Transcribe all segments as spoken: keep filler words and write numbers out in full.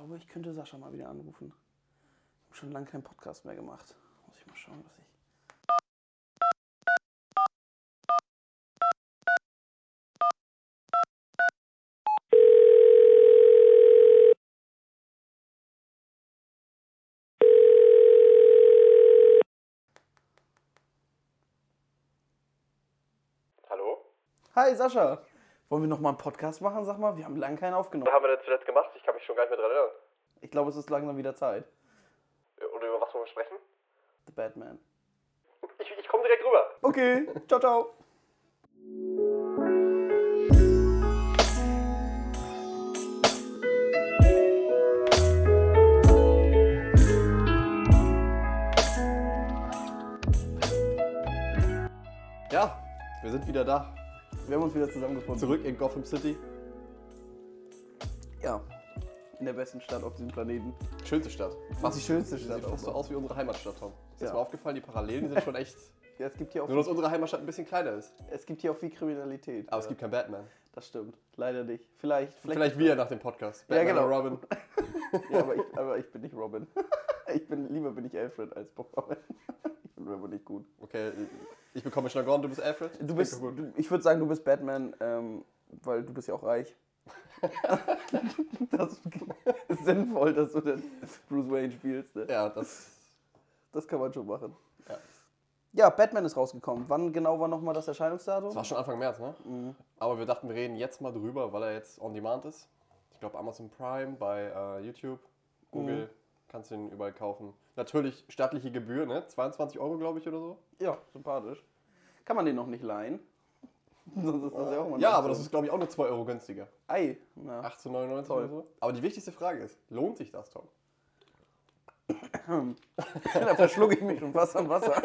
glaube, ich könnte Sascha mal wieder anrufen. Ich habe schon lange keinen Podcast mehr gemacht. Muss ich mal schauen, was ich... Hallo? Hi Sascha! Wollen wir noch mal einen Podcast machen? Sag mal, wir haben lange keinen aufgenommen. Was haben wir denn zuletzt gemacht? Ich kann mich schon gar nicht mehr dran erinnern. Ich glaube, es ist langsam wieder Zeit. Oder über was wollen wir sprechen? The Batman. Ich, ich komme direkt rüber. Okay, ciao, ciao. Ja, wir sind wieder da. Wir haben uns wieder zusammengefunden. Zurück in Gotham City. Ja, in der besten Stadt auf diesem Planeten. Schönste Stadt. Fast die schönste Stadt Sieht auch fast so noch. aus wie unsere Heimatstadt, Tom. Ist dir Ja. das mal aufgefallen? Die Parallelen die sind schon echt... Ja, es gibt hier auch Nur, dass unsere Heimatstadt ein bisschen kleiner ist. Es gibt hier auch viel Kriminalität. Aber ja. es gibt keinen Batman. Das stimmt. Leider nicht. Vielleicht. Vielleicht, Vielleicht, wir nach dem Podcast. Ja, Batman genau. und Robin. Ja, aber ich, aber ich bin nicht Robin. Ich bin, lieber bin ich Alfred als Robin. Ich bin aber nicht gut. Okay, ich bekomme Schnagorn, du bist Alfred. Du Das bist, klingt doch du, ich würde sagen, du bist Batman, ähm, weil du bist ja auch reich. Das ist sinnvoll, dass du den Bruce Wayne spielst. Ne? gut. Ja, das... Das kann man schon machen. Ja. Ja, Batman ist rausgekommen. Wann genau war nochmal das Erscheinungsdatum? Das war schon Anfang März, ne? Mhm. Aber wir dachten, wir reden jetzt mal drüber, weil er jetzt on demand ist. Ich glaube Amazon Prime, bei äh, YouTube, Google, Mhm. kannst du ihn überall kaufen. Natürlich stattliche Gebühr, ne? zweiundzwanzig Euro, glaube ich, oder so. Ja, sympathisch. Kann man den noch nicht leihen? Sonst ist das ja auch mal Ja, eine aber das Option. ist, glaube ich, auch nur zwei Euro günstiger. Ei. Ja. achtzehn neunundneunzig Toll. oder so. Aber die wichtigste Frage ist, lohnt sich das, Tom? Da verschlucke ich mich schon fast am Wasser.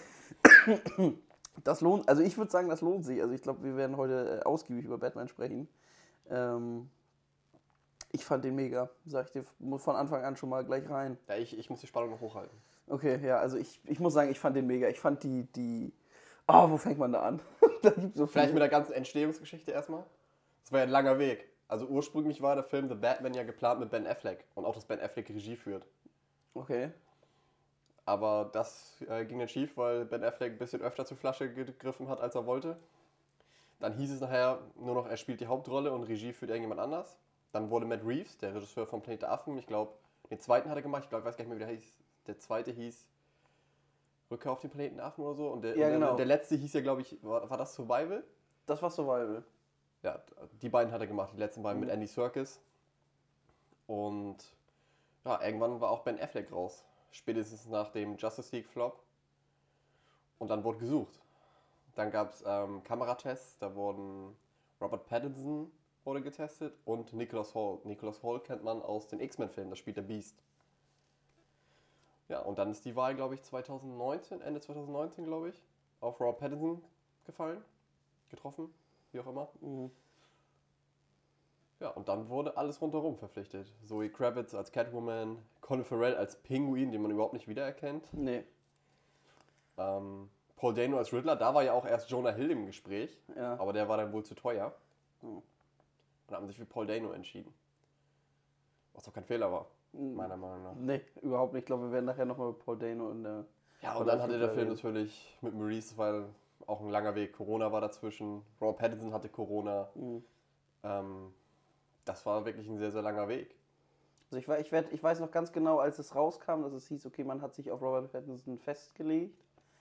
Das lohnt, also ich würde sagen, das lohnt sich. Also ich glaube, wir werden heute äh, ausgiebig über Batman sprechen. Ähm, ich fand den mega, sag ich dir, muss von Anfang an schon mal gleich rein. Ja, ich, ich muss die Spannung noch hochhalten. Okay, ja, also ich, ich muss sagen, ich fand den mega. Ich fand die, die, oh, wo fängt man da an? Da gibt's so Vielleicht viel. mit der ganzen Entstehungsgeschichte erstmal. Das war ja ein langer Weg. Also ursprünglich war der Film The Batman ja geplant mit Ben Affleck. Und auch, dass Ben Affleck Regie führt. Okay, Aber das äh, ging dann schief, weil Ben Affleck ein bisschen öfter zur Flasche gegriffen hat, als er wollte. Dann hieß es nachher nur noch, er spielt die Hauptrolle und Regie führt irgendjemand anders. Dann wurde Matt Reeves, der Regisseur von Planet der Affen, ich glaube, den zweiten hat er gemacht, ich glaube, ich weiß gar nicht mehr, wie der hieß. Der zweite hieß Rückkehr auf den Planeten Affen oder so. Und der, Ja, und der, genau. der letzte hieß ja, glaube ich, war, war das Survival? das war Survival. Ja, die beiden hat er gemacht, die letzten beiden Mhm. mit Andy Serkis. Und ja, irgendwann war auch Ben Affleck raus. Spätestens nach dem Justice League Flop. Und dann wurde gesucht. Dann gab es ähm, Kameratests, da wurden Robert Pattinson wurde getestet und Nicholas Hall. Nicholas Hall kennt man aus den X-Men-Filmen, da spielt der Beast. Ja, und dann ist die Wahl, glaube ich, zwanzig neunzehn, Ende zwanzig neunzehn, glaube ich, auf Robert Pattinson gefallen, getroffen, wie auch immer. Mhm. Ja, und dann wurde alles rundherum verpflichtet. Zoe Kravitz als Catwoman, Colin Farrell als Pinguin, den man überhaupt nicht wiedererkennt. Nee, Ähm, Paul Dano als Riddler, da war ja auch erst Jonah Hill im Gespräch, ja. aber der war dann wohl zu teuer. Mhm. Und haben sich für Paul Dano entschieden. Was doch kein Fehler war, meiner Meinung nach. Nee, überhaupt nicht. Ich glaube, wir werden nachher nochmal mit Paul Dano in der... Ja, und Oder dann hatte der Riddler Film reden. natürlich mit Maurice, das war auch ein langer Weg. Corona war dazwischen, Robert Pattinson hatte Corona. Mhm. Ähm, das war wirklich ein sehr, sehr langer Weg. Also ich, war, ich, werd, ich weiß noch ganz genau, als es rauskam, dass es hieß, okay, man hat sich auf Robert Pattinson festgelegt,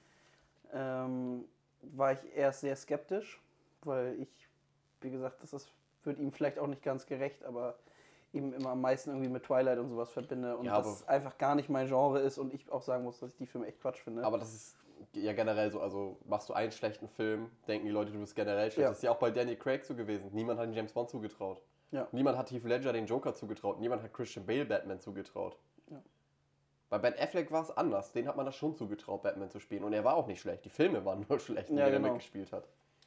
ähm, war ich erst sehr skeptisch, weil ich, wie gesagt, das ist, wird ihm vielleicht auch nicht ganz gerecht, aber eben immer am meisten irgendwie mit Twilight und sowas verbinde und Ja, das einfach gar nicht mein Genre ist und ich auch sagen muss, dass ich die Filme echt Quatsch finde. Aber das ist ja generell so, also machst du einen schlechten Film, denken die Leute, du bist generell schlecht. Ja. Das ist ja auch bei Daniel Craig so gewesen. Niemand hat den James Bond zugetraut. Ja. Niemand hat Heath Ledger den Joker zugetraut. Niemand hat Christian Bale Batman zugetraut. Ja. Bei Ben Affleck war es anders. Den hat man das schon zugetraut, Batman zu spielen. Und er war auch nicht schlecht. Die Filme waren nur schlecht, in Ja, denen genau. er mitgespielt hat.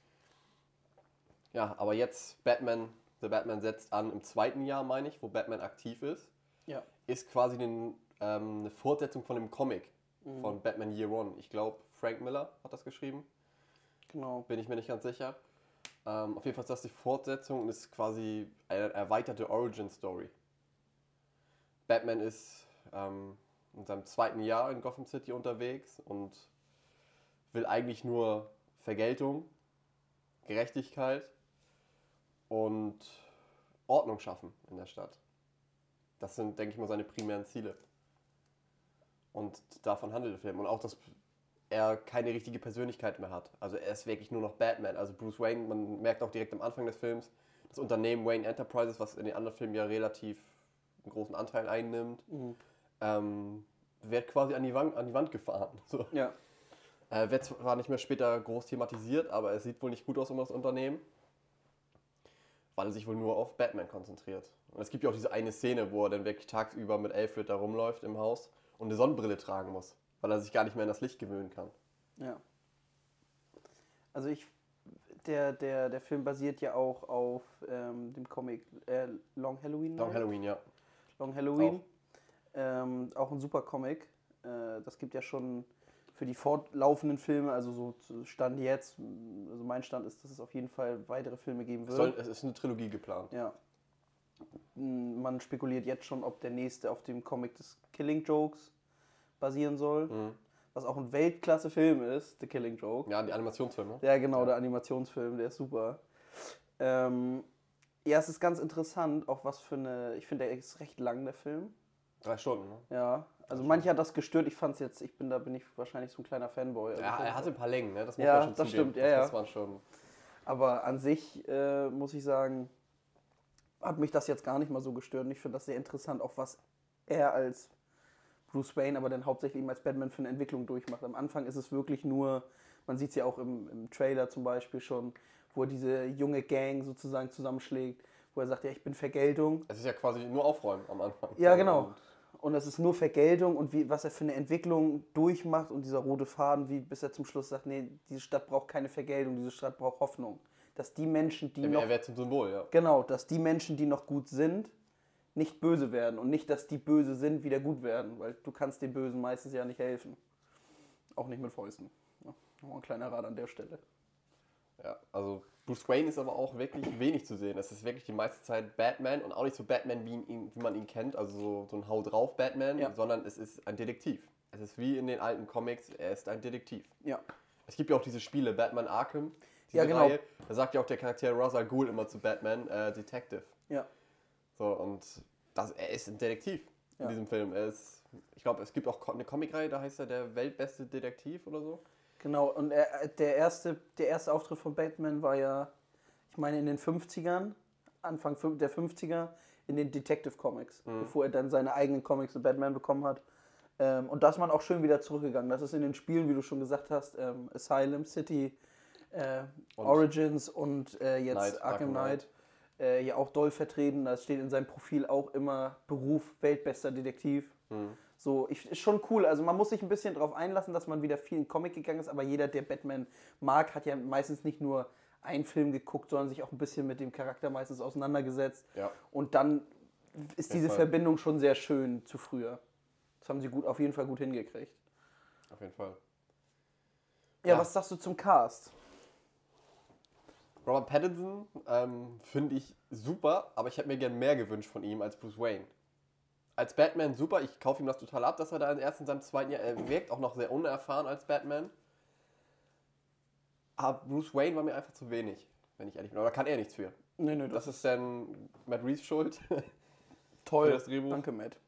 Ja, aber jetzt Batman, The Batman setzt an im zweiten Jahr, meine ich, wo Batman aktiv ist. Ja. Ist quasi den, ähm, eine Fortsetzung von dem Comic Mhm. von Batman Year One. Ich glaube, Frank Miller hat das geschrieben. Genau. Bin ich mir nicht ganz sicher. Ähm, auf jeden Fall ist das die Fortsetzung und ist quasi eine erweiterte Origin-Story. Batman ist ähm, in seinem zweiten Jahr in Gotham City unterwegs und will eigentlich nur Vergeltung, Gerechtigkeit und Ordnung schaffen in der Stadt. Das sind, denke ich mal, seine primären Ziele. Und davon handelt der Film. Und auch, dass er keine richtige Persönlichkeit mehr hat. Also er ist wirklich nur noch Batman. Also Bruce Wayne, man merkt auch direkt am Anfang des Films, das Unternehmen Wayne Enterprises, was in den anderen Filmen ja relativ einen großen Anteil einnimmt, Mhm. ähm, wird quasi an die Wand, an die Wand gefahren. So. Ja. Äh, wird zwar nicht mehr später groß thematisiert, aber es sieht wohl nicht gut aus um das Unternehmen, weil er sich wohl nur auf Batman konzentriert. Und es gibt ja auch diese eine Szene, wo er dann wirklich tagsüber mit Alfred da rumläuft im Haus und eine Sonnenbrille tragen muss, weil er sich gar nicht mehr an das Licht gewöhnen kann. Ja. Also ich, der, der, der Film basiert ja auch auf ähm, dem Comic äh, Long Halloween. Long Night. Halloween, ja. Long Halloween. Auch, ähm, auch ein super Comic. Äh, das gibt ja schon für die fortlaufenden Filme, also so Stand jetzt, also mein Stand ist, dass es auf jeden Fall weitere Filme geben Es, wird. soll, es ist eine Trilogie geplant. Ja. Man spekuliert jetzt schon, ob der nächste auf dem Comic des Killing Jokes basieren soll. Mhm. Was auch ein Weltklasse-Film ist, The Killing Joke. Ja, die Animationsfilme. Ja, genau, Ja. der Animationsfilm, der ist super. Ähm, ja, es ist ganz interessant, auch was für eine. Ich finde, der ist recht lang, der Film. Drei Stunden, ne? Ja, also manche hat das gestört. Ich fand es jetzt, ich bin da bin ich wahrscheinlich so ein kleiner Fanboy. Also Ja, er hatte ein paar Längen, ne? Das muss Ja, man schon das zugeben. stimmt, ja, das ja. muss man schon. Aber an sich äh, muss ich sagen, hat mich das jetzt gar nicht mal so gestört. Und ich finde das sehr interessant, auch was er als Bruce Wayne, aber dann hauptsächlich eben als Batman für eine Entwicklung durchmacht. Am Anfang ist es wirklich nur, man sieht es ja auch im, im Trailer zum Beispiel schon, wo er diese junge Gang sozusagen zusammenschlägt, wo er sagt, ja, ich bin Vergeltung. Es ist ja quasi nur Aufräumen am Anfang. Ja, genau. Und Und es ist nur Vergeltung und wie, was er für eine Entwicklung durchmacht und dieser rote Faden, wie bis er zum Schluss sagt, nee, diese Stadt braucht keine Vergeltung, diese Stadt braucht Hoffnung. Dass die Menschen, die er, noch... er wird zum Symbol, ja. Genau, dass die Menschen, die noch gut sind, nicht böse werden und nicht, dass die böse sind, wieder gut werden, weil du kannst den Bösen meistens ja nicht helfen. Auch nicht mit Fäusten. Ja, nochmal ein kleiner Rat an der Stelle. Ja, also Bruce Wayne ist aber auch wirklich wenig zu sehen. Es ist wirklich die meiste Zeit Batman und auch nicht so Batman, wie, ihn, wie man ihn kennt, also so, so ein Hau drauf Batman, Ja. sondern es ist ein Detektiv. Es ist wie in den alten Comics, er ist ein Detektiv. Ja. Es gibt ja auch diese Spiele, Batman Arkham, diese Ja, genau. Reihe, da sagt ja auch der Charakter Ra's al Ghul immer zu Batman, äh, Detective. Ja. So, und das, er ist ein Detektiv in Ja. diesem Film. Er ist, ich glaube, es gibt auch eine Comicreihe, da heißt er der weltbeste Detektiv oder so. Genau, und er, der, erste, der erste Auftritt von Batman war ja, ich meine, in den fünfzigern, Anfang fün- der fünfziger, in den Detective Comics, Mhm. bevor er dann seine eigenen Comics zu Batman bekommen hat. Ähm, und da ist man auch schön wieder zurückgegangen. Das ist in den Spielen, wie du schon gesagt hast, ähm, Asylum City, äh, Und Origins und äh, jetzt Knight, Arkham Arkham Knight äh, ja auch doll vertreten. Da steht in seinem Profil auch immer Beruf weltbester Detektiv. Mhm. So, ich, ist schon cool. Also man muss sich ein bisschen darauf einlassen, dass man wieder viel in Comic gegangen ist, aber jeder, der Batman mag, hat ja meistens nicht nur einen Film geguckt, sondern sich auch ein bisschen mit dem Charakter meistens auseinandergesetzt. Ja. Und dann ist diese Fall. Verbindung schon sehr schön zu früher. Das haben sie gut, auf jeden Fall gut hingekriegt. Auf jeden Fall. Ja, Ja. was sagst du zum Cast? Robert Pattinson ähm, finde ich super, aber ich hätte mir gern mehr gewünscht von ihm als Bruce Wayne. Als Batman super, ich kaufe ihm das total ab, dass er da erst in seinem zweiten Jahr, er wirkt auch noch sehr unerfahren als Batman. Aber Bruce Wayne war mir einfach zu wenig, wenn ich ehrlich bin. Oder kann er nichts für. Nee, nee, Das ist dann Matt Reeves Schuld. toll. für das Drehbuch. Danke, Matt.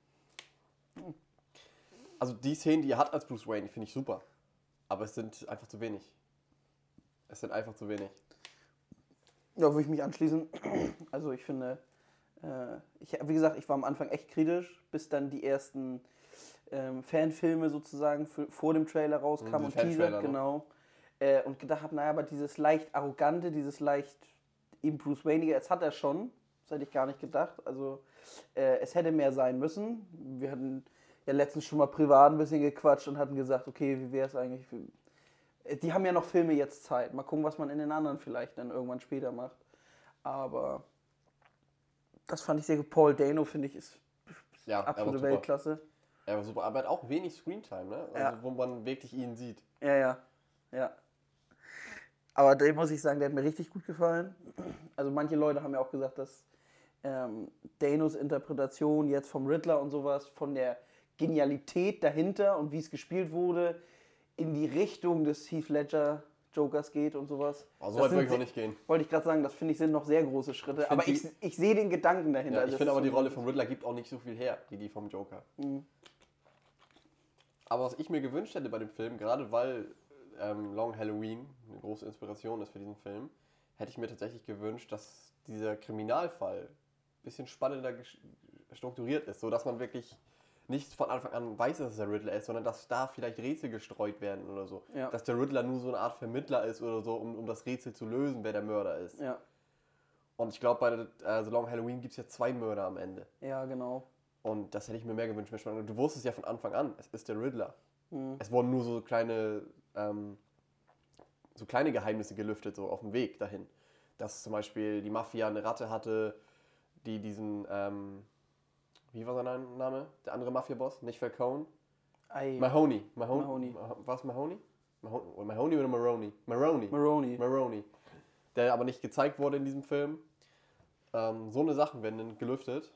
Also die Szenen, die er hat als Bruce Wayne, die finde ich super. Aber es sind einfach zu wenig. Es sind einfach zu wenig. Ja, würde ich mich anschließen. Also ich finde, äh, ich, wie gesagt, ich war am Anfang echt kritisch, bis dann die ersten ähm, Fanfilme sozusagen für, vor dem Trailer rauskamen Mhm, und diese Teaser, Fantrailer, ne? genau. Äh, und gedacht habe, naja, aber dieses leicht arrogante, dieses leicht eben Bruce Wayne, das hat er schon. Das hätte ich gar nicht gedacht. Also äh, es hätte mehr sein müssen. Wir hatten ja letztens schon mal privat ein bisschen gequatscht und hatten gesagt, okay, wie wäre es eigentlich für, die haben ja noch Filme jetzt Zeit. Mal gucken, was man in den anderen vielleicht dann irgendwann später macht. Aber das fand ich sehr gut. Paul Dano, finde ich, ist Ja, er war absolute super. Weltklasse. Er war super, aber er hat auch wenig Screentime, ne? Also Ja. wo man wirklich ihn sieht. Ja, ja, ja. Aber den muss ich sagen, der hat mir richtig gut gefallen. Also manche Leute haben ja auch gesagt, dass ähm, Danos Interpretation jetzt vom Riddler und sowas, von der Genialität dahinter und wie es gespielt wurde, in die Richtung des Heath Ledger Jokers geht und sowas. Oh, so weit würde ich noch nicht gehen. Wollte ich gerade sagen, das finde ich sind noch sehr große Schritte, Ich aber die, ich, ich sehe den Gedanken dahinter. Ja, ich also finde aber, so die Rolle vom Riddler gibt auch nicht so viel her, wie die vom Joker. Mhm. Aber was ich mir gewünscht hätte bei dem Film, gerade weil ähm, Long Halloween eine große Inspiration ist für diesen Film, hätte ich mir tatsächlich gewünscht, dass dieser Kriminalfall ein bisschen spannender strukturiert ist, sodass man wirklich nicht von Anfang an weiß, dass es der Riddler ist, sondern dass da vielleicht Rätsel gestreut werden oder so. Ja. Dass der Riddler nur so eine Art Vermittler ist oder so, um, um das Rätsel zu lösen, wer der Mörder ist. Ja. Und ich glaube, bei der, also Long Halloween gibt es ja zwei Mörder am Ende. Ja, genau. Und das hätte ich mir mehr gewünscht. Mehr spannend. Du wusstest ja von Anfang an, es ist der Riddler. Mhm. Es wurden nur so kleine, ähm, so kleine Geheimnisse gelüftet, so auf dem Weg dahin. Dass zum Beispiel die Mafia eine Ratte hatte, die diesen... Ähm, wie war sein Name? Der andere Mafia-Boss? Nicht Falcone? Ei. Mahoney. Mahoney. Mahoney. War es Mahoney? Mahoney? Mahoney oder Maroney? Maroney. Maroney. Maroney. Der aber nicht gezeigt wurde in diesem Film. Ähm, so eine Sachen werden dann gelüftet.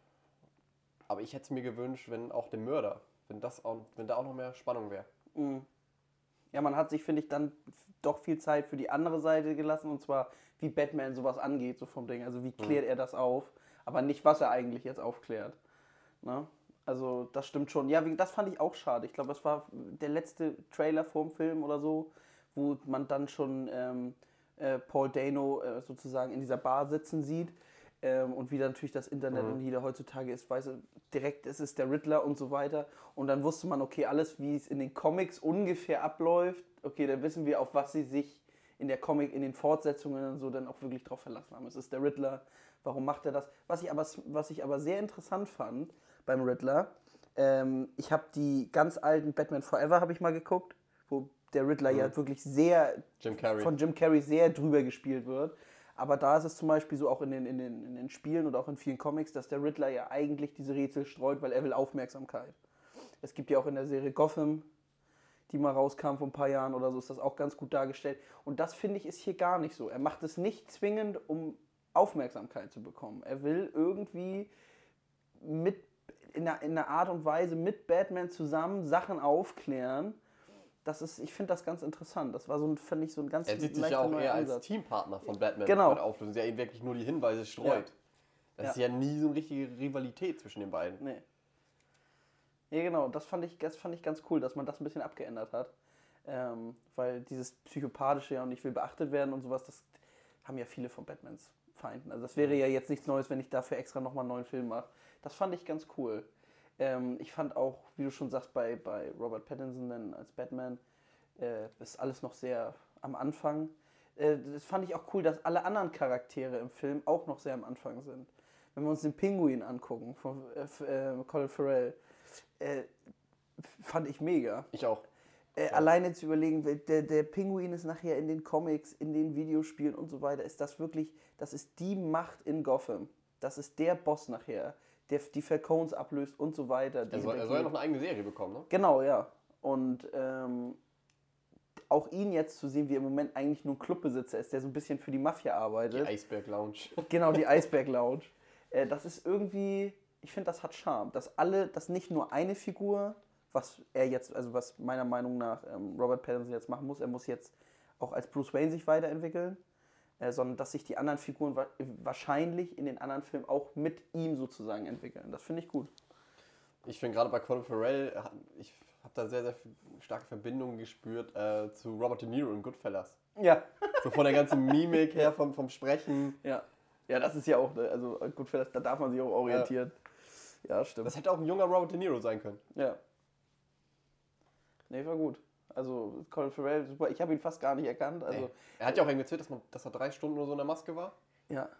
Aber ich hätte es mir gewünscht, wenn auch der Mörder, wenn, das auch, wenn da auch noch mehr Spannung wäre. Mhm. Ja, man hat sich, finde ich, dann doch viel Zeit für die andere Seite gelassen. Und zwar, wie Batman sowas angeht, so vom Ding. Also wie klärt mhm. er das auf? Aber nicht, was er eigentlich jetzt aufklärt. Ne? Also das stimmt schon. Ja, das fand ich auch schade. Ich glaube, das war der letzte Trailer vorm Film oder so, wo man dann schon ähm, äh, Paul Dano äh, sozusagen in dieser Bar sitzen sieht. Ähm, und wie dann natürlich das Internet mhm. und jeder heutzutage ist, weiß direkt, es ist der Riddler und so weiter. Und dann wusste man, okay, alles, wie es in den Comics ungefähr abläuft, okay, dann wissen wir, auf was sie sich in der Comic, in den Fortsetzungen und so dann auch wirklich drauf verlassen haben. Es ist der Riddler. Warum macht er das? Was ich aber, was ich aber sehr interessant fand beim Riddler, ähm, ich habe die ganz alten Batman Forever habe ich mal geguckt, wo der Riddler mhm. ja wirklich sehr Jim Carrey. von Jim Carrey sehr drüber gespielt wird. Aber da ist es zum Beispiel so auch in den, in, den, in den Spielen oder auch in vielen Comics, dass der Riddler ja eigentlich diese Rätsel streut, weil er will Aufmerksamkeit. Es gibt ja auch in der Serie Gotham, die mal rauskam vor ein paar Jahren oder so, ist das auch ganz gut dargestellt. Und das, finde ich, ist hier gar nicht so. Er macht es nicht zwingend, um Aufmerksamkeit zu bekommen. Er will irgendwie mit, in einer, in einer Art und Weise mit Batman zusammen Sachen aufklären. Das ist, ich finde das ganz interessant. Das war so ein, finde ich, so ein ganz Er sieht sich ja auch eher Ansatz. Als Teampartner von Batman genau. bei der Auflösung, der ihm wirklich nur die Hinweise streut. Ja. Das ja. ist ja nie so eine richtige Rivalität zwischen den beiden. Nee. Ja, genau. Das fand ich, das fand ich ganz cool, dass man das ein bisschen abgeändert hat. Ähm, weil dieses Psychopathische ja und nicht will beachtet werden und sowas, das haben ja viele von Batmans Feinden. Also das wäre ja jetzt nichts Neues, wenn ich dafür extra nochmal einen neuen Film mache. Das fand ich ganz cool. Ähm, ich fand auch, wie du schon sagst, bei, bei Robert Pattinson dann als Batman, äh, ist alles noch sehr am Anfang. Äh, das fand ich auch cool, dass alle anderen Charaktere im Film auch noch sehr am Anfang sind. Wenn wir uns den Pinguin angucken, von äh, äh, Colin Farrell, äh, fand ich mega. Ich auch. Äh, ja. Alleine zu überlegen, der, der Pinguin ist nachher in den Comics, in den Videospielen und so weiter, ist das wirklich, das ist die Macht in Gotham. Das ist der Boss nachher, der die Falcones ablöst und so weiter. Er soll, er soll ja noch eine eigene Serie bekommen, ne? Genau, ja. Und ähm, auch ihn jetzt zu sehen, wie er im Moment eigentlich nur ein Clubbesitzer ist, der so ein bisschen für die Mafia arbeitet. Die Eisberg Lounge. Genau, die Eisberg Lounge. Äh, das ist irgendwie, ich finde, das hat Charme. Dass alle, dass nicht nur eine Figur, was er jetzt, also was meiner Meinung nach ähm, Robert Pattinson jetzt machen muss, er muss jetzt auch als Bruce Wayne sich weiterentwickeln, äh, sondern dass sich die anderen Figuren wa- wahrscheinlich in den anderen Filmen auch mit ihm sozusagen entwickeln. Das finde ich gut. Ich finde gerade bei Colin Farrell, ich habe da sehr, sehr starke Verbindungen gespürt äh, zu Robert De Niro in Goodfellas. Ja. So von der ganzen Mimik her, vom, vom Sprechen. Ja. Ja, das ist ja auch, also Goodfellas, da darf man sich auch orientieren. Ja. Ja, stimmt. Das hätte auch ein junger Robert De Niro sein können. Ja. Nee, war gut. Also Colin Farrell, super. Ich habe ihn fast gar nicht erkannt. Also, Ey. Er hat ja auch irgendwie erzählt, dass, man, dass er drei Stunden oder so in der Maske war. Ja.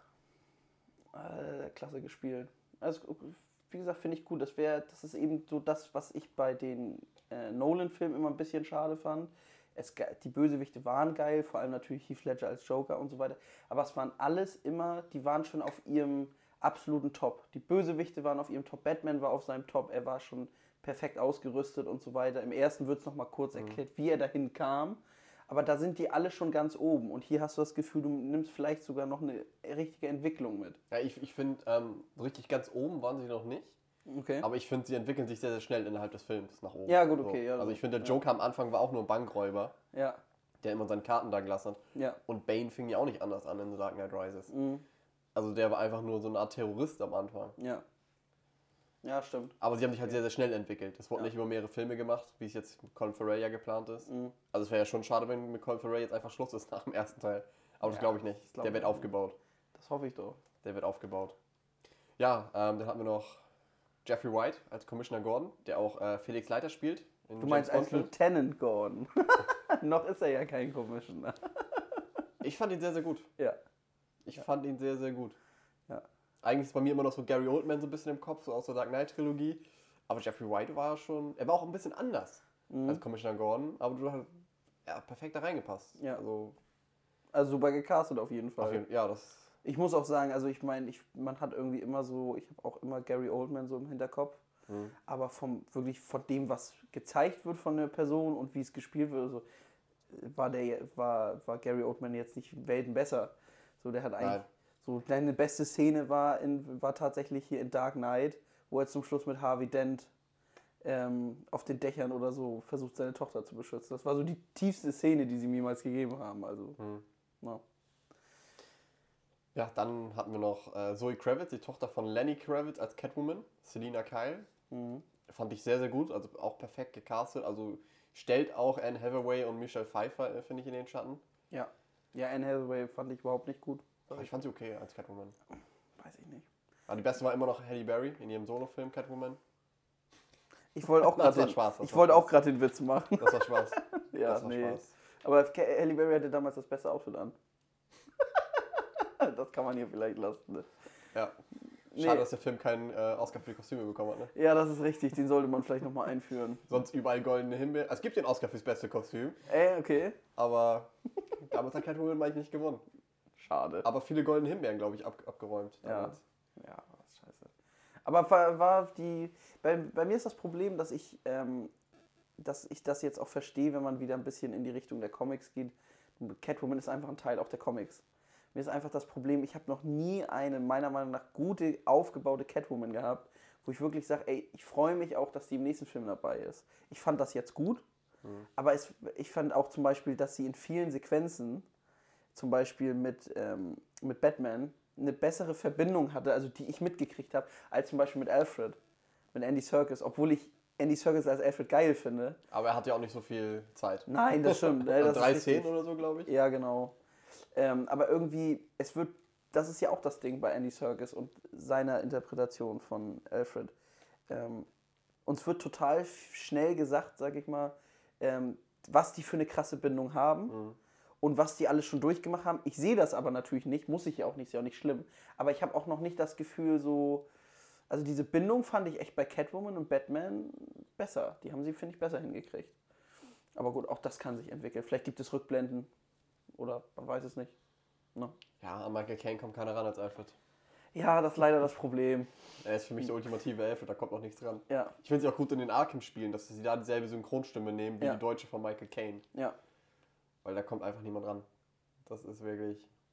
Äh, klasse gespielt. Also, wie gesagt, finde ich gut. Das wäre, das ist eben so das, was ich bei den äh, Nolan-Filmen immer ein bisschen schade fand. Es, die Bösewichte waren geil, vor allem natürlich Heath Ledger als Joker und so weiter. Aber es waren alles immer, die waren schon auf ihrem absoluten Top. Die Bösewichte waren auf ihrem Top. Batman war auf seinem Top. Er war schon perfekt ausgerüstet und so weiter. Im ersten wird es nochmal kurz erklärt, mhm. wie er dahin kam. aber da sind die alle schon ganz oben. Und hier hast du das Gefühl, du nimmst vielleicht sogar noch eine richtige Entwicklung mit. Ja, ich, ich finde, ähm, richtig ganz oben waren sie noch nicht. Okay. Aber ich finde, sie entwickeln sich sehr, sehr schnell innerhalb des Films nach oben. Ja, gut, okay. Ja, also ich finde, der ja. Joker am Anfang war auch nur ein Bankräuber, Ja, der immer seine Karten da gelassen hat. ja. Und Bane fing ja auch nicht anders an in The Dark Knight Rises. Mhm. Also der war einfach nur so eine Art Terrorist am Anfang. Ja. Ja, stimmt. Aber sie haben sich halt Okay. sehr, sehr schnell entwickelt. Es wurde Ja. nicht über mehrere Filme gemacht, wie es jetzt mit Colin Farrell ja geplant ist. Mhm. Also es wäre ja schon schade, wenn mit Colin Farrell jetzt einfach Schluss ist nach dem ersten Teil. Aber das Ja, glaube ich nicht. das glaub Der ich wird auch aufgebaut. Das hoffe ich doch. Der wird aufgebaut. Ja, ähm, dann hatten wir noch Jeffrey White als Commissioner Gordon, der auch äh, Felix Leiter spielt. In Du meinst als Bond-Film. Lieutenant Gordon. Noch ist er ja kein Commissioner. Ich fand ihn sehr, sehr gut. Ja. Ich Ja. fand ihn sehr, sehr gut. Ja. Eigentlich ist bei mir immer noch so Gary Oldman so ein bisschen im Kopf, so aus der Dark Knight Trilogie. Aber Jeffrey White war schon, er war auch ein bisschen anders Mhm. als Commissioner Gordon, aber du hast ja, perfekt da reingepasst. Ja. Also, Also super gecastet auf jeden Fall. auf jeden, ja, das, Ich muss auch sagen, also ich meine, ich, man hat irgendwie immer so, ich habe auch immer Gary Oldman so im Hinterkopf, hm. aber vom wirklich von dem, was gezeigt wird von der Person und wie es gespielt wird, also, war der war, war Gary Oldman jetzt nicht Welten besser. So, der hat eigentlich Nein. so seine beste Szene war in, war tatsächlich hier in Dark Knight, wo er zum Schluss mit Harvey Dent ähm, auf den Dächern oder so versucht, seine Tochter zu beschützen. Das war so die tiefste Szene, die sie mir jemals gegeben haben. Also, Hm. ja. Ja, dann hatten wir noch äh, Zoe Kravitz, die Tochter von Lenny Kravitz als Catwoman, Selina Kyle. Mhm. Fand ich sehr, sehr gut, also auch perfekt gecastet. Also stellt auch Anne Hathaway und Michelle Pfeiffer, äh, finde ich, in den Schatten. Ja. Ja, Anne Hathaway fand ich überhaupt nicht gut. Aber ich fand sie okay als Catwoman. Weiß ich nicht. Aber die beste war immer noch Halle Berry in ihrem Solofilm Catwoman. Ich wollte auch Das gerade war den, Spaß, das ich war wollte Spaß. auch gerade den Witz machen. Das war Spaß. Ja, das war nee. Spaß. Aber Ke- Halle Berry hatte damals das beste Outfit an. Das kann man hier vielleicht lassen. Ne? Ja. Nee. Schade, dass der Film keinen äh, Oscar für die Kostüme bekommen hat. Ne? Ja, das ist richtig. Den sollte man vielleicht nochmal einführen. Sonst überall goldene Himbeeren. Also es gibt den Oscar fürs beste Kostüm, Ey, okay. aber damals hat Catwoman meine ich nicht gewonnen. Schade. Aber viele goldene Himbeeren, glaube ich, ab, abgeräumt. Ja. damals. Ja, was scheiße. Aber war, war die. Bei, bei mir ist das Problem, dass ich, ähm, dass ich das jetzt auch verstehe, wenn man wieder ein bisschen in die Richtung der Comics geht. Catwoman ist einfach ein Teil auch der Comics. Mir ist einfach das Problem, ich habe noch nie eine, meiner Meinung nach, gute, aufgebaute Catwoman gehabt, wo ich wirklich sage, ey, ich freue mich auch, dass die im nächsten Film dabei ist. Ich fand das jetzt gut, Mhm. aber es, ich fand auch zum Beispiel, dass sie in vielen Sequenzen, zum Beispiel mit, ähm, mit Batman, eine bessere Verbindung hatte, also die ich mitgekriegt habe, als zum Beispiel mit Alfred, mit Andy Serkis, obwohl ich Andy Serkis als Alfred geil finde. Aber er hat ja auch nicht so viel Zeit. Nein, das stimmt. ne, das Drei ist richtig. Szenen oder so, glaube ich. Ja, genau. Ähm, aber irgendwie, es wird, das ist ja auch das Ding bei Andy Serkis und seiner Interpretation von Alfred. Ähm, uns wird total f- schnell gesagt, sag ich mal, ähm, was die für eine krasse Bindung haben Mhm. und was die alles schon durchgemacht haben. Ich sehe das aber natürlich nicht, muss ich ja auch nicht, ist ja auch nicht schlimm. Aber ich habe auch noch nicht das Gefühl so, also diese Bindung fand ich echt bei Catwoman und Batman besser. Die haben sie, finde ich, besser hingekriegt. Aber gut, auch das kann sich entwickeln. Vielleicht gibt es Rückblenden oder man weiß es nicht. Ne? Ja, an Michael Caine kommt keiner ran als Alfred. Ja, das ist leider das Problem. Er ist für mich der ultimative Alfred, da kommt noch nichts ran. Ja, Ich finde es auch gut in den Arkham-Spielen, dass sie da dieselbe Synchronstimme nehmen wie Ja. die deutsche von Michael Caine. ja. Weil da kommt einfach niemand ran. Das ist wirklich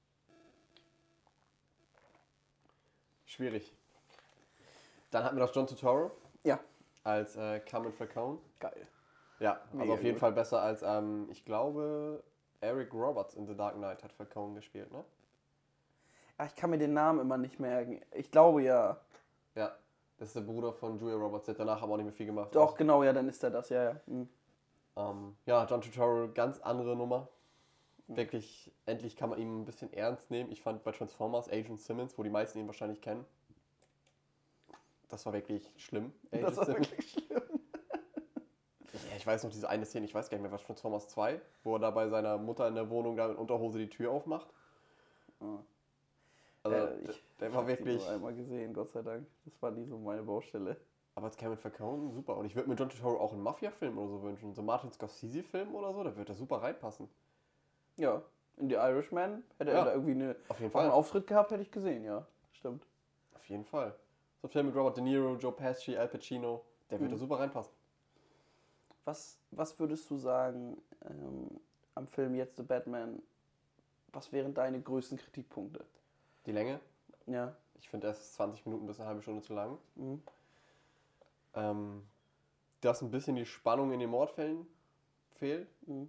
schwierig. Dann hatten wir noch John Turturro Ja. als äh, Carmine Falcone. Geil. Ja, also Mega auf jeden gut. Fall besser als, ähm, ich glaube, Eric Roberts in The Dark Knight hat Falcone gespielt, ne? Ach, ich kann mir den Namen immer nicht merken. Ich glaube ja. Ja, das ist der Bruder von Julia Roberts, der hat danach aber auch nicht mehr viel gemacht. Doch, genau, ja, dann ist er das, ja, ja. Mhm. Ähm, ja, John Turturro, ganz andere Nummer. Wirklich, endlich kann man ihn ein bisschen ernst nehmen. Ich fand bei Transformers Agent Simmons, wo die meisten ihn wahrscheinlich kennen, das war wirklich schlimm. Agent Das war Simmons. wirklich schlimm. Ja, ich weiß noch diese eine Szene, ich weiß gar nicht mehr, was Transformers zwei, wo er da bei seiner Mutter in der Wohnung da in Unterhose die Tür aufmacht. Ah. Also, Äh, der, ich der ich war hab die wirklich. nur einmal gesehen, Gott sei Dank. Das war nie so meine Baustelle. Aber als Cameron Falcone, super. Und ich würde mir John Turturro auch einen Mafia-Film oder so wünschen. So einen Martin Scorsese-Film oder so, da würde er super reinpassen. Ja, in The Irishman hätte Ja, er da irgendwie eine, Auf jeden auch einen Fall. Auftritt gehabt, hätte ich gesehen, ja. Stimmt. Auf jeden Fall. So ein Film mit Robert De Niro, Joe Pesci, Al Pacino, der würde Mhm. super reinpassen. Was, was würdest du sagen, ähm, am Film jetzt The Batman, was wären deine größten Kritikpunkte? Die Länge? Ja. Ich finde erst zwanzig Minuten bis eine halbe Stunde zu lang. Mhm. Ähm, dass ein bisschen die Spannung in den Mordfällen fehlt. Mhm.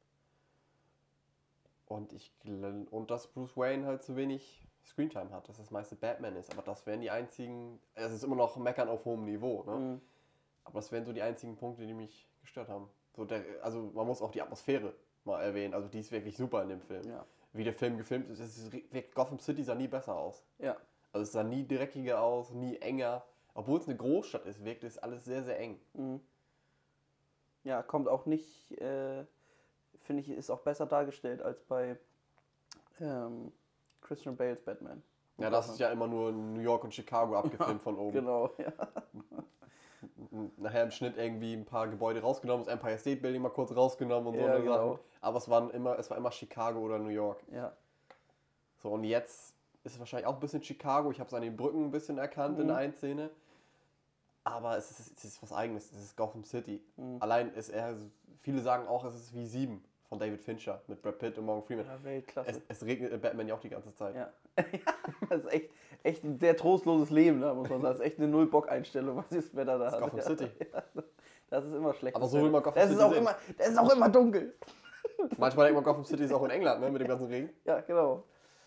Und ich gl- und dass Bruce Wayne halt zu wenig Screentime hat, dass das meiste Batman ist. Aber das wären die einzigen, es ist immer noch Meckern auf hohem Niveau, ne? Mhm. Aber das wären so die einzigen Punkte, die mich gestört haben. So der, also man muss auch die Atmosphäre mal erwähnen, also die ist wirklich super in dem Film. Ja. Wie der Film gefilmt ist, es ist wirklich- Gotham City sah nie besser aus. Ja. Also es sah nie dreckiger aus, nie enger. Obwohl es eine Großstadt ist, wirkt es alles sehr, sehr eng. Mhm. Ja, kommt auch nicht, äh, finde ich, ist auch besser dargestellt als bei ähm, Christian Bales Batman. Ja, das ist ja immer nur New York und Chicago abgefilmt von oben. Genau, ja. Nachher im Schnitt irgendwie ein paar Gebäude rausgenommen, das Empire State Building mal kurz rausgenommen und so Ja, eine genau. Sachen. Aber es, waren immer, es war immer Chicago oder New York. Ja. So, und jetzt ist es wahrscheinlich auch ein bisschen Chicago. Ich habe es an den Brücken ein bisschen erkannt Mhm. in der einen Szene. Aber es ist, es ist was Eigenes. Es ist Gotham City. Mhm. Allein ist er, viele sagen auch, es ist wie Sieben von David Fincher mit Brad Pitt und Morgan Freeman. Ja, Weltklasse. Es, es regnet in Batman ja auch die ganze Zeit. Ja. Das ist echt, echt ein sehr trostloses Leben, da muss man sagen. Das ist echt eine Null-Bock-Einstellung, was das Wetter da Das ist hat. Gotham Ja. City. Ja, das ist immer schlecht. Aber so will man Gotham das City ist auch sehen. immer, das ist auch immer dunkel. Manchmal denkt man, Gotham City ist auch in England, ne, mit dem ganzen Regen. Ja, genau.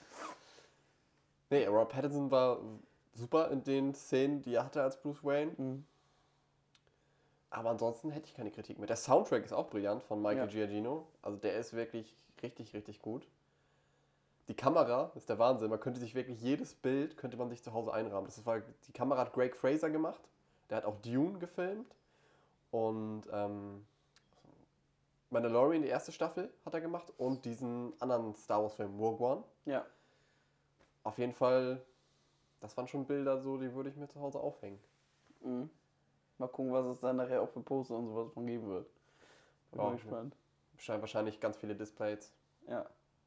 Nee, Robert Pattinson war super in den Szenen, die er hatte als Bruce Wayne. Mhm. Aber ansonsten hätte ich keine Kritik mehr. Der Soundtrack ist auch brillant von Michael Ja. Giacchino. Also der ist wirklich richtig, richtig gut. Die Kamera ist der Wahnsinn. Man könnte sich wirklich jedes Bild, könnte man sich zu Hause einrahmen. Das war, die Kamera hat Greg Fraser gemacht. Der hat auch Dune gefilmt. Und ähm, Mandalorian, die erste Staffel, hat er gemacht. Und diesen anderen Star Wars Film, Rogue One. Ja. Auf jeden Fall, das waren schon Bilder, so, die würde ich mir zu Hause aufhängen. Mhm. Mal gucken, was es dann nachher auch für Poster und sowas von geben wird. Bin Ja, mal gespannt. Scheint wahrscheinlich ganz viele Displays. Ja.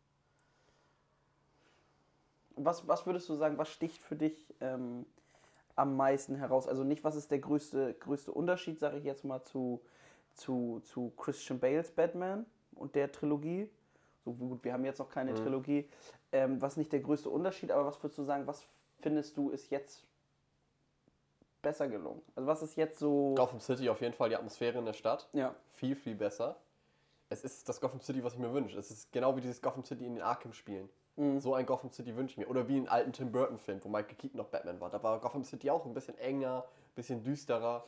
Was, was würdest du sagen, was sticht für dich ähm, am meisten heraus? Also nicht, was ist der größte, größte Unterschied, sage ich jetzt mal, zu, zu, zu Christian Bales Batman und der Trilogie. So gut, wir haben jetzt noch keine Mhm. Trilogie. Ähm, was nicht der größte Unterschied, aber was würdest du sagen, was findest du ist jetzt besser gelungen? Also was ist jetzt so... Gotham City auf jeden Fall, die Atmosphäre in der Stadt. Ja. Viel, viel besser. Es ist das Gotham City, was ich mir wünsche. Es ist genau wie dieses Gotham City in den Arkham-Spielen. Mhm. So ein Gotham City wünsche ich mir. Oder wie in alten Tim Burton-Film, wo Michael Keaton noch Batman war. Da war Gotham City auch ein bisschen enger, ein bisschen düsterer.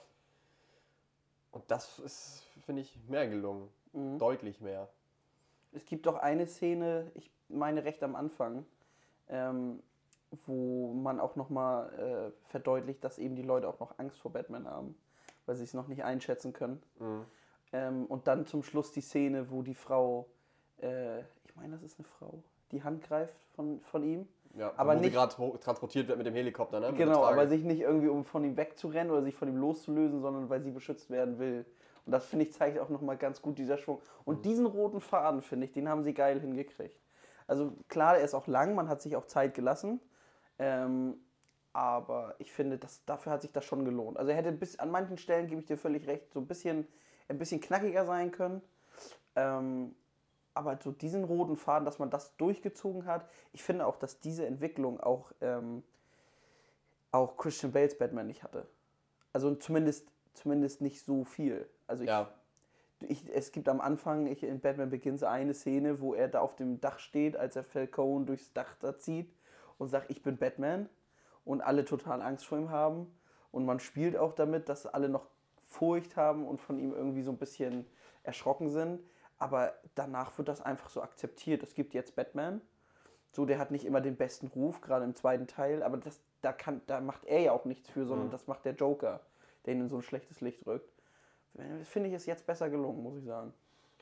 Und das ist, finde ich, mehr gelungen. Mhm. Deutlich mehr. Es gibt doch eine Szene, ich meine recht am Anfang, ähm, wo man auch nochmal äh, verdeutlicht, dass eben die Leute auch noch Angst vor Batman haben, weil sie es noch nicht einschätzen können. Mhm. Ähm, und dann zum Schluss die Szene, wo die Frau, äh, ich meine, das ist eine Frau, die Hand greift von, von ihm. Ja, Aber wo sie nicht- gerade ho- transportiert wird mit dem Helikopter, ne? Mit Genau, der Trage. aber sich nicht irgendwie, um von ihm wegzurennen oder sich von ihm loszulösen, sondern weil sie beschützt werden will. Und das, finde ich, zeigt auch nochmal ganz gut dieser Schwung. Und Mhm. diesen roten Faden, finde ich, den haben sie geil hingekriegt. Also klar, er ist auch lang, man hat sich auch Zeit gelassen. Ähm, aber ich finde, das, dafür hat sich das schon gelohnt. Also er hätte bis an manchen Stellen, gebe ich dir völlig recht, so ein bisschen, ein bisschen knackiger sein können. Ähm, aber so diesen roten Faden, dass man das durchgezogen hat, ich finde auch, dass diese Entwicklung auch, ähm, auch Christian Bales Batman nicht hatte. Also zumindest, zumindest nicht so viel. Also ich, Ja, ich, es gibt am Anfang ich, in Batman Begins eine Szene, wo er da auf dem Dach steht, als er Falcone durchs Dach da zieht und sagt, ich bin Batman, und alle total Angst vor ihm haben. Und man spielt auch damit, dass alle noch Furcht haben und von ihm irgendwie so ein bisschen erschrocken sind. Aber danach wird das einfach so akzeptiert. Es gibt jetzt Batman. So, der hat nicht immer den besten Ruf, gerade im zweiten Teil, aber das, da, kann, da macht er ja auch nichts für, sondern Mhm. das macht der Joker, der ihn in so ein schlechtes Licht rückt. Das finde ich ist jetzt besser gelungen, muss ich sagen.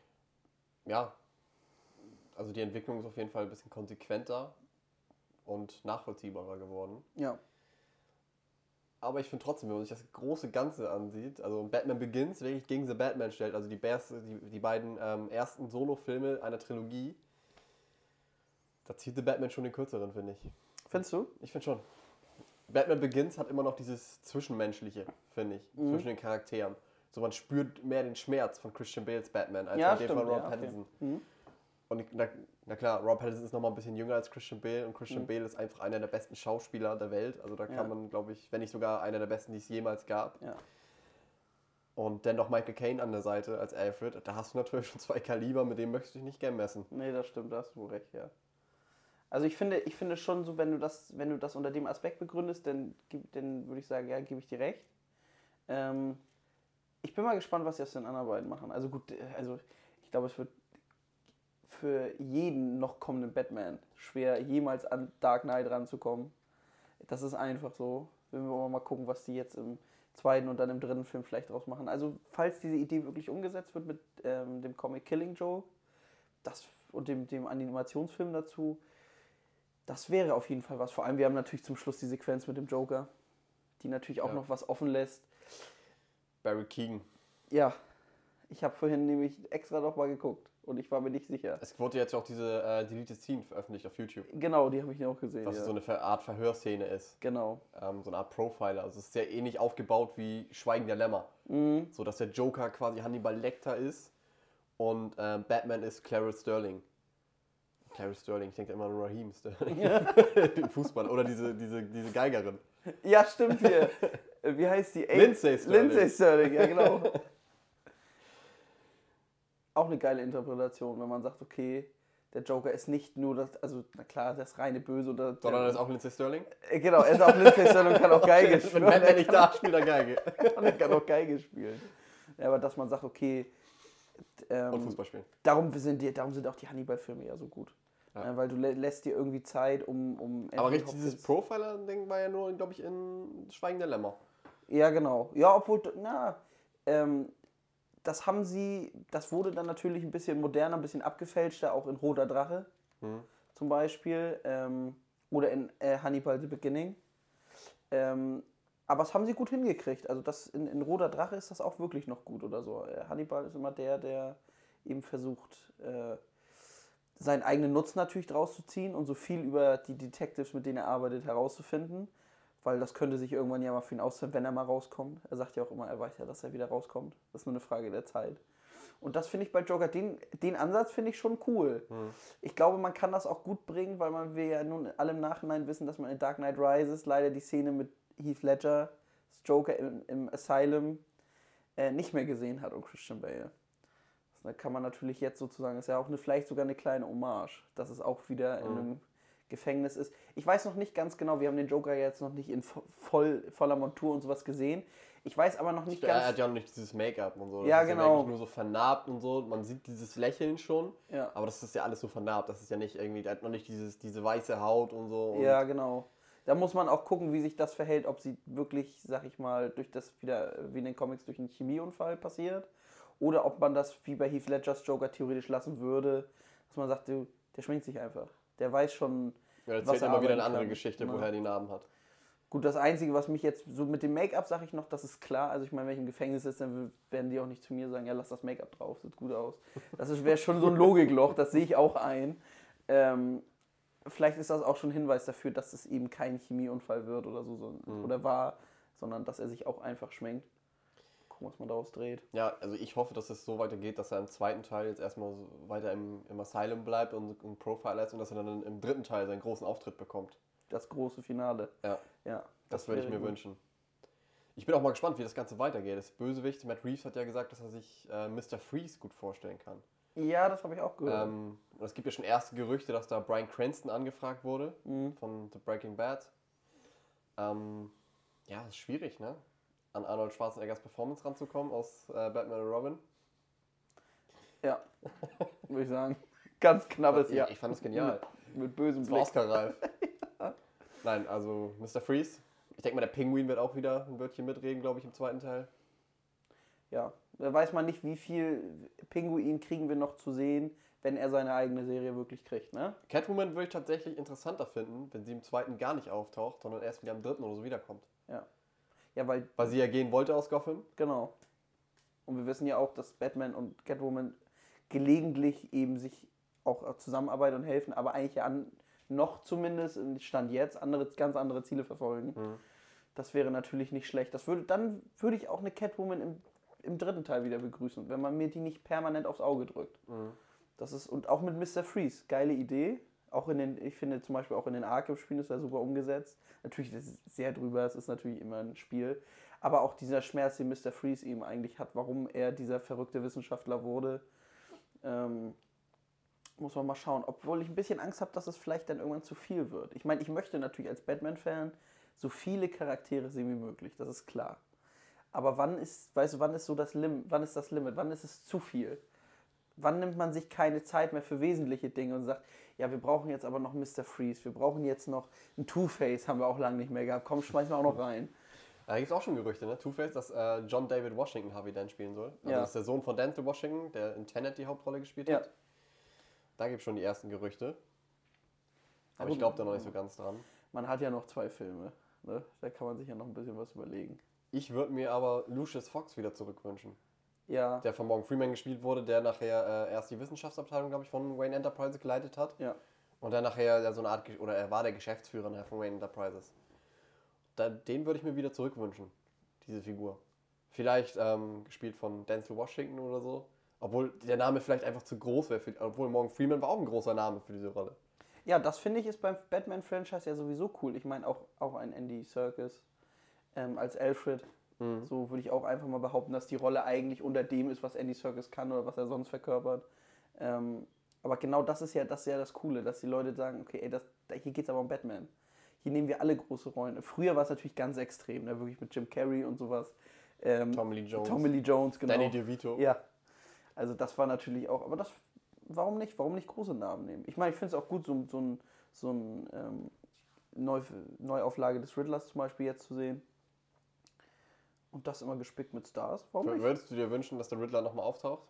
ja. Also die Entwicklung ist auf jeden Fall ein bisschen konsequenter und nachvollziehbarer geworden. Ja. Aber ich finde trotzdem, wenn man sich das große Ganze ansieht, also Batman Begins wirklich gegen The Batman stellt, also die, Bears, die, die beiden ähm, ersten Solo-Filme einer Trilogie, da zieht The Batman schon den kürzeren, finde ich. Findest du? Ich finde schon. Batman Begins hat immer noch dieses Zwischenmenschliche, finde ich, Mhm. zwischen den Charakteren. So, man spürt mehr den Schmerz von Christian Bales Batman als Ja, von dem stimmt. von Robert Ja, okay. Pattinson. Mhm. Und na, na klar, Rob Pattinson ist nochmal ein bisschen jünger als Christian Bale und Christian mhm. Bale ist einfach einer der besten Schauspieler der Welt. Also da kann ja. man, glaube ich, wenn nicht sogar einer der besten, die es jemals gab. Ja. Und dann noch Michael Caine an der Seite als Alfred. Da hast du natürlich schon zwei Kaliber, mit denen möchtest du dich nicht gern messen. Nee, das stimmt, da hast du recht, ja. Also ich finde, ich finde schon so, wenn du das, wenn du das unter dem Aspekt begründest, dann, dann würde ich sagen, ja, gebe ich dir recht. Ähm, ich bin mal gespannt, was sie aus den anderen beiden machen. Also gut, also ich glaube, es wird für jeden noch kommenden Batman schwer, jemals an Dark Knight ranzukommen. Das ist einfach so. Wenn wir mal gucken, was die jetzt im zweiten und dann im dritten Film vielleicht draus machen. Also falls diese Idee wirklich umgesetzt wird mit ähm, dem Comic Killing Joke das, und dem, dem Animationsfilm dazu, das wäre auf jeden Fall was. Vor allem, wir haben natürlich zum Schluss die Sequenz mit dem Joker, die natürlich auch ja. noch was offen lässt. Barry Keoghan. Ja, ich habe vorhin nämlich extra noch mal geguckt und ich war mir nicht sicher. Es wurde jetzt auch diese äh, Deleted Scene veröffentlicht auf YouTube. Genau, die habe ich auch gesehen. Was ja. so eine Art Verhörszene ist. Genau. Ähm, so eine Art Profiler. Also es ist sehr ähnlich aufgebaut wie Schweigen der Lämmer. Mhm. So dass der Joker quasi Hannibal Lecter ist und äh, Batman ist Clarice Sterling. Clarice Sterling, ich denke immer an Raheem Sterling. Den Fußball. Oder diese, diese, diese Geigerin. Ja, stimmt hier. Wie heißt die? Lindsay Sterling. Lindsay Sterling, ja genau. Auch eine geile Interpretation, wenn man sagt, okay, der Joker ist nicht nur das, also na klar, das reine Böse. Oder sondern er ist auch Lindsay Sterling? Genau, er ist auch Lindsay Sterling und kann auch Geige spielen. Wenn Batman nicht da spielt, er Geige. Und er kann auch Geige spielen. Ja, aber dass man sagt, okay... Ähm, und Fußball spielen. Darum sind, die, darum sind auch die Hannibal-Filme ja so gut. Ja. Ja, weil du lä- lässt dir irgendwie Zeit, um... um aber richtig, dieses Profiler-Ding war ja nur, glaube ich, in Schweigen der Lämmer. Ja, genau. Ja, obwohl, na, ähm, das haben sie, das wurde dann natürlich ein bisschen moderner, ein bisschen abgefälschter, auch in Roter Drache hm. zum Beispiel, ähm, oder in äh, Hannibal The Beginning. Ähm, aber das haben sie gut hingekriegt. Also das in, in Roter Drache ist das auch wirklich noch gut oder so. Äh, Hannibal ist immer der, der eben versucht, äh, seinen eigenen Nutzen natürlich draus zu ziehen und so viel über die Detectives, mit denen er arbeitet, herauszufinden. Weil das könnte sich irgendwann ja mal für ihn auszahlen, wenn er mal rauskommt. Er sagt ja auch immer, er weiß ja, dass er wieder rauskommt. Das ist nur eine Frage der Zeit. Und das finde ich bei Joker, den, den Ansatz finde ich schon cool. Hm. Ich glaube, man kann das auch gut bringen, weil man will ja nun alle im Nachhinein wissen, dass man in Dark Knight Rises leider die Szene mit Heath Ledger, das Joker im, im Asylum, äh, nicht mehr gesehen hat und Christian Bale. Da kann man natürlich jetzt sozusagen, ist ja auch eine, vielleicht sogar eine kleine Hommage, dass es auch wieder hm. in einem Gefängnis ist. Ich weiß noch nicht ganz genau, wir haben den Joker jetzt noch nicht in voll, voller Montur und sowas gesehen. Ich weiß aber noch nicht ja, ganz... Er hat ja auch nicht dieses Make-up und so. Das ja, ist genau. ja eigentlich nur so vernarbt und so. Man sieht dieses Lächeln schon, ja. aber das ist ja alles so vernarbt. Das ist ja nicht irgendwie, der hat noch nicht dieses, diese weiße Haut und so. Und ja, genau. Da muss man auch gucken, wie sich das verhält, ob sie wirklich, sag ich mal, durch das wieder, wie in den Comics, durch einen Chemieunfall passiert. Oder ob man das, wie bei Heath Ledgers Joker, theoretisch lassen würde, dass man sagt, der schminkt sich einfach. Der weiß schon, ja, der erzählt immer wieder eine andere kann. Geschichte, ja. woher er die Namen hat. Gut, das Einzige, was mich jetzt, so mit dem Make-up sage ich noch, das ist klar. Also ich meine, wenn ich im Gefängnis sitze, dann werden die auch nicht zu mir sagen, ja, lass das Make-up drauf, sieht gut aus. Das wäre schon so ein Logikloch, das sehe ich auch ein. Ähm, vielleicht ist das auch schon ein Hinweis dafür, dass es eben kein Chemieunfall wird oder so, so mhm. oder war, sondern dass er sich auch einfach schminkt. Gucken, was man daraus dreht. Ja, also ich hoffe, dass es so weitergeht, dass er im zweiten Teil jetzt erstmal so weiter im, im Asylum bleibt und ein Profiler ist und dass er dann im dritten Teil seinen großen Auftritt bekommt. Das große Finale. Ja, ja das, das würde ich mir gut. wünschen. Ich bin auch mal gespannt, wie das Ganze weitergeht. Das Bösewicht, Matt Reeves, hat ja gesagt, dass er sich äh, Mister Freeze gut vorstellen kann. Ja, das habe ich auch gehört. Ähm, und es gibt ja schon erste Gerüchte, dass da Bryan Cranston angefragt wurde, mhm. von The Breaking Bad. Ähm, ja, das ist schwierig, ne? An Arnold Schwarzeneggers Performance ranzukommen aus äh, Batman und Robin. Ja, würde ich sagen. Ganz knappes ich, Ja. Ich fand das genial. Mit, mit bösem Blick. Oscar-reif. ja. Nein, also Mister Freeze. Ich denke mal, der Pinguin wird auch wieder ein Wörtchen mitreden, glaube ich, im zweiten Teil. Ja, da weiß man nicht, wie viel Pinguin kriegen wir noch zu sehen, wenn er seine eigene Serie wirklich kriegt, ne? Catwoman würde ich tatsächlich interessanter finden, wenn sie im zweiten gar nicht auftaucht, sondern erst wieder im dritten oder so wiederkommt. Ja. Ja, weil, weil sie ja gehen wollte aus Gotham. Genau. Und wir wissen ja auch, dass Batman und Catwoman gelegentlich eben sich auch zusammenarbeiten und helfen, aber eigentlich ja an, noch zumindest, Stand jetzt, andere, ganz andere Ziele verfolgen. Mhm. Das wäre natürlich nicht schlecht. Das würde, dann würde ich auch eine Catwoman im, im dritten Teil wieder begrüßen, wenn man mir die nicht permanent aufs Auge drückt. Mhm. Das ist, und auch mit Mister Freeze, geile Idee. Auch in den, ich finde zum Beispiel auch in den Arkham-Spielen ist er super umgesetzt. Natürlich, das ist sehr drüber, es ist natürlich immer ein Spiel. Aber auch dieser Schmerz, den Mister Freeze ihm eigentlich hat, warum er dieser verrückte Wissenschaftler wurde, ähm, muss man mal schauen. Obwohl ich ein bisschen Angst habe, dass es vielleicht dann irgendwann zu viel wird. Ich meine, ich möchte natürlich als Batman-Fan so viele Charaktere sehen wie möglich, das ist klar. Aber wann ist, weißt du, wann ist so das Limit, wann ist das Limit, wann ist es zu viel? Wann nimmt man sich keine Zeit mehr für wesentliche Dinge und sagt, ja, wir brauchen jetzt aber noch Mister Freeze, wir brauchen jetzt noch einen Two-Face, haben wir auch lange nicht mehr gehabt, komm, schmeißen wir auch noch rein. Da gibt es auch schon Gerüchte, ne? Two-Face, dass äh, John David Washington Harvey Dent spielen soll. Also Ja. das ist der Sohn von Denzel Washington, der in Tenet die Hauptrolle gespielt Ja. hat. Da gibt es schon die ersten Gerüchte. Aber gut. ich glaube da noch nicht so ganz dran. Man hat ja noch zwei Filme, ne? Da kann man sich ja noch ein bisschen was überlegen. Ich würde mir aber Lucius Fox wieder zurückwünschen. Ja, Der von Morgan Freeman gespielt wurde, der nachher äh, erst die Wissenschaftsabteilung, glaube ich, von Wayne Enterprises geleitet hat. ja. Und dann nachher ja, so eine Art, Ge- oder er war der Geschäftsführer nachher von Wayne Enterprises. Da, den würde ich mir wieder zurückwünschen, diese Figur. Vielleicht ähm, gespielt von Denzel Washington oder so. Obwohl der Name vielleicht einfach zu groß wäre. Für, obwohl Morgan Freeman war auch ein großer Name für diese Rolle. Ja, das finde ich ist beim Batman-Franchise ja sowieso cool. Ich meine auch, auch ein Andy Serkis ähm, als Alfred. Mhm. So würde ich auch einfach mal behaupten, dass die Rolle eigentlich unter dem ist, was Andy Serkis kann oder was er sonst verkörpert. Ähm, aber genau das ist ja das, ist ja das Coole, dass die Leute sagen, okay, ey, das, hier geht es aber um Batman. Hier nehmen wir alle große Rollen. Früher war es natürlich ganz extrem, ne? Wirklich mit Jim Carrey und sowas. Ähm, Tommy Lee Jones. Tommy Lee Jones, genau. Danny DeVito. Ja, also das war natürlich auch, aber das, warum nicht? Warum nicht große Namen nehmen? Ich meine, ich finde es auch gut, so, so ein, so ein ähm, Neu, Neuauflage des Riddlers zum Beispiel jetzt zu sehen. Und das immer gespickt mit Stars. Warum W- nicht? Würdest du dir wünschen, dass der Riddler nochmal auftaucht?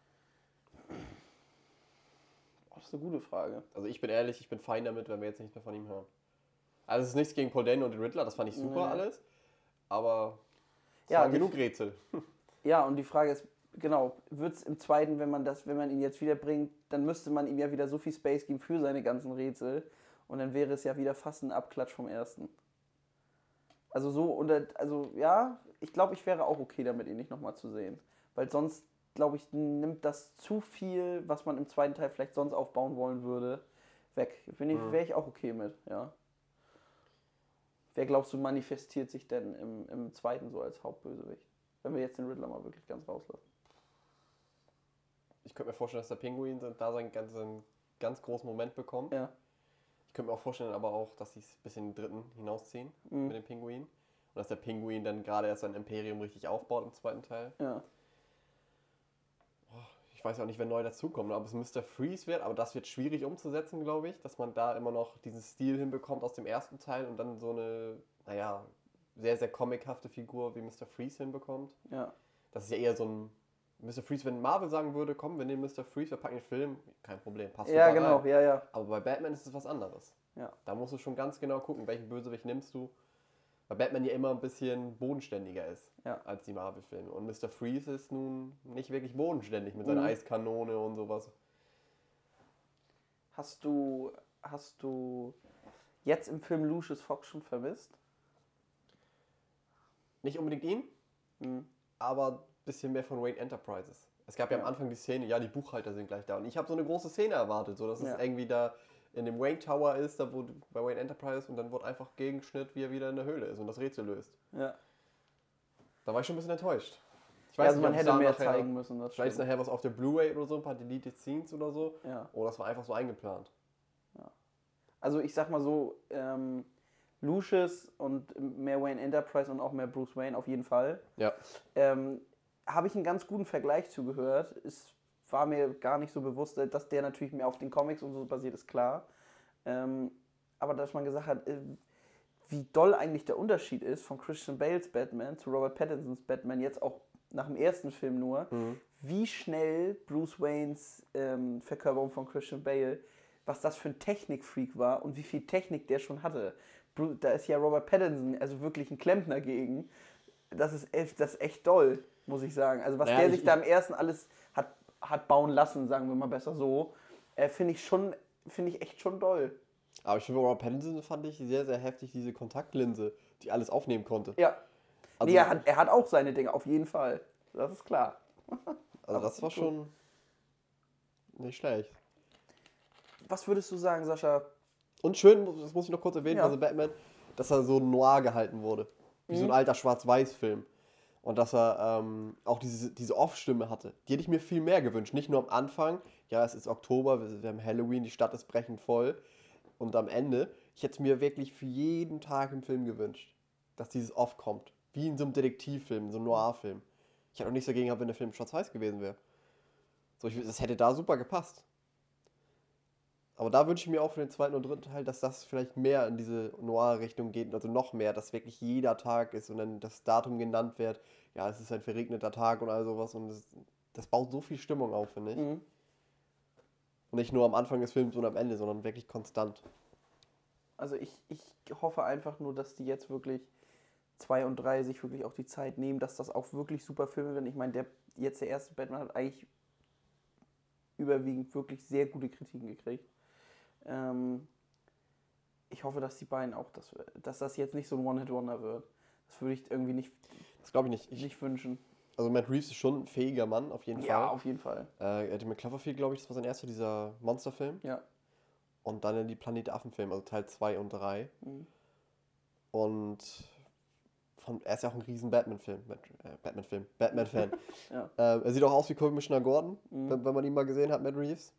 Oh, das ist eine gute Frage. Also ich bin ehrlich, ich bin fein damit, wenn wir jetzt nichts mehr von ihm hören. Also es ist nichts gegen Paul Dano und den Riddler, das fand ich super Nee. alles. Aber es Ja, waren die- genug Rätsel. Ja, und die Frage ist, genau, wird es im zweiten, wenn man das, wenn man ihn jetzt wieder bringt, dann müsste man ihm ja wieder so viel Space geben für seine ganzen Rätsel. Und dann wäre es ja wieder fast ein Abklatsch vom ersten. Also so, unter, also ja, ich glaube, ich wäre auch okay damit, ihn nicht nochmal zu sehen. Weil sonst, glaube ich, nimmt das zu viel, was man im zweiten Teil vielleicht sonst aufbauen wollen würde, weg. Bin ich, Mhm. wäre ich auch okay mit, ja. Wer glaubst du manifestiert sich denn im, im zweiten so als Hauptbösewicht? Wenn wir jetzt den Riddler mal wirklich ganz rauslassen. Ich könnte mir vorstellen, dass der Pinguin da seinen ganz, einen ganz großen Moment bekommt. Ja. Ich könnte mir auch vorstellen, aber auch, dass sie es bis in den dritten hinausziehen Mhm. mit dem Pinguin. Und dass der Pinguin dann gerade erst sein Imperium richtig aufbaut im zweiten Teil. Ja. Ich weiß ja auch nicht, wer neu dazukommt, ob es Mister Freeze wird, aber das wird schwierig umzusetzen, glaube ich, dass man da immer noch diesen Stil hinbekommt aus dem ersten Teil und dann so eine, naja, sehr, sehr comichafte Figur wie Mister Freeze hinbekommt. Ja. Das ist ja eher so ein Mister Freeze, wenn Marvel sagen würde, komm, wir nehmen Mister Freeze, wir packen den Film, kein Problem, passt Ja, super genau, rein. ja, ja. Aber bei Batman ist es was anderes. Ja. Da musst du schon ganz genau gucken, welchen Bösewicht nimmst du. Weil Batman ja immer ein bisschen bodenständiger ist Ja. als die Marvel-Filme. Und Mister Freeze ist nun nicht wirklich bodenständig mit seiner Mhm. Eiskanone und sowas. Hast du, hast du jetzt im Film Lucius Fox schon vermisst? Nicht unbedingt ihn, Mhm. aber ein bisschen mehr von Wayne Enterprises. Es gab ja, Ja. am Anfang die Szene, ja, die Buchhalter sind gleich da. Und ich habe so eine große Szene erwartet, so dass Ja. es irgendwie da in dem Wayne Tower ist, da wo bei Wayne Enterprises und dann wird einfach Gegenschnitt, wie er wieder in der Höhle ist und das Rätsel löst. Ja. Da war ich schon ein bisschen enttäuscht. Ich Ja, also man ob es hätte da mehr nachher- zeigen müssen. Das Vielleicht ist stimmt. nachher was auf der Blu-ray oder so, ein paar Deleted Scenes oder so. Ja. Oder das war einfach so eingeplant. Also ich sag mal so, ähm, Lucius und mehr Wayne Enterprise und auch mehr Bruce Wayne auf jeden Fall. Ja. Ähm, habe ich einen ganz guten Vergleich zugehört. Es war mir gar nicht so bewusst, dass der natürlich mehr auf den Comics und so basiert, ist klar. Ähm, aber dass man gesagt hat, äh, wie doll eigentlich der Unterschied ist von Christian Bales Batman zu Robert Pattinsons Batman, jetzt auch nach dem ersten Film nur, Mhm. wie schnell Bruce Waynes ähm, Verkörperung von Christian Bale, was das für ein Technikfreak war und wie viel Technik der schon hatte. Bru- Da ist ja Robert Pattinson also wirklich ein Klempner gegen. Das ist echt, das ist echt doll, muss ich sagen. Also was Naja, der ich- sich da im ersten alles hat, hat bauen lassen, sagen wir mal besser so, äh, finde ich schon, finde ich echt schon doll. Aber ich finde, Robert Pattinson fand ich sehr, sehr heftig, diese Kontaktlinse, die alles aufnehmen konnte. Ja. Also, Nee, er hat, er hat auch seine Dinge, auf jeden Fall. Das ist klar. also das war schon... Nicht schlecht. Was würdest du sagen, Sascha? Und schön, das muss ich noch kurz erwähnen, Ja. also Batman, dass er so noir gehalten wurde. Wie so ein Mhm. alter Schwarz-Weiß-Film. Und dass er ähm, auch diese, diese Off-Stimme hatte. Die hätte ich mir viel mehr gewünscht. Nicht nur am Anfang, ja, es ist Oktober, wir wir haben Halloween, die Stadt ist brechend voll. Und am Ende, ich hätte es mir wirklich für jeden Tag im Film gewünscht, dass dieses Off kommt. Wie in so einem Detektivfilm, in so einem Noir-Film. Ich hätte auch nichts dagegen gehabt, wenn der Film schwarz-weiß gewesen wäre. So, ich, das hätte da super gepasst. Aber da wünsche ich mir auch für den zweiten und dritten Teil, dass das vielleicht mehr in diese Noir-Richtung geht, also noch mehr, dass wirklich jeder Tag ist und dann das Datum genannt wird. Ja, es ist ein verregneter Tag und all sowas und das, das baut so viel Stimmung auf, finde ich. Mhm. Und nicht nur am Anfang des Films und am Ende, sondern wirklich konstant. Also ich, ich hoffe einfach nur, dass die jetzt wirklich zwei und drei sich wirklich auch die Zeit nehmen, dass das auch wirklich super Filme werden. Ich meine, der, jetzt der erste Batman hat eigentlich überwiegend wirklich sehr gute Kritiken gekriegt. Ähm, ich hoffe, dass die beiden auch, das, dass das jetzt nicht so ein One-Hit-Wonder wird. Das würde ich irgendwie nicht, Das glaube ich nicht. Ich, nicht wünschen. also Matt Reeves ist schon ein fähiger Mann, auf jeden Ja, Fall. auf jeden Fall. Äh, Eddie McCloverfield, glaube ich, das war sein erster, dieser Monsterfilm. Ja. Und dann die Planet der Affen-Film, also Teil zwei und drei. Mhm. Und von, er ist ja auch ein riesen Batman-Film, äh, Batman-Film, Batman-Fan. Ja. äh, er sieht auch aus wie Commissioner Gordon, Mhm. wenn, wenn man ihn mal gesehen hat, Matt Reeves.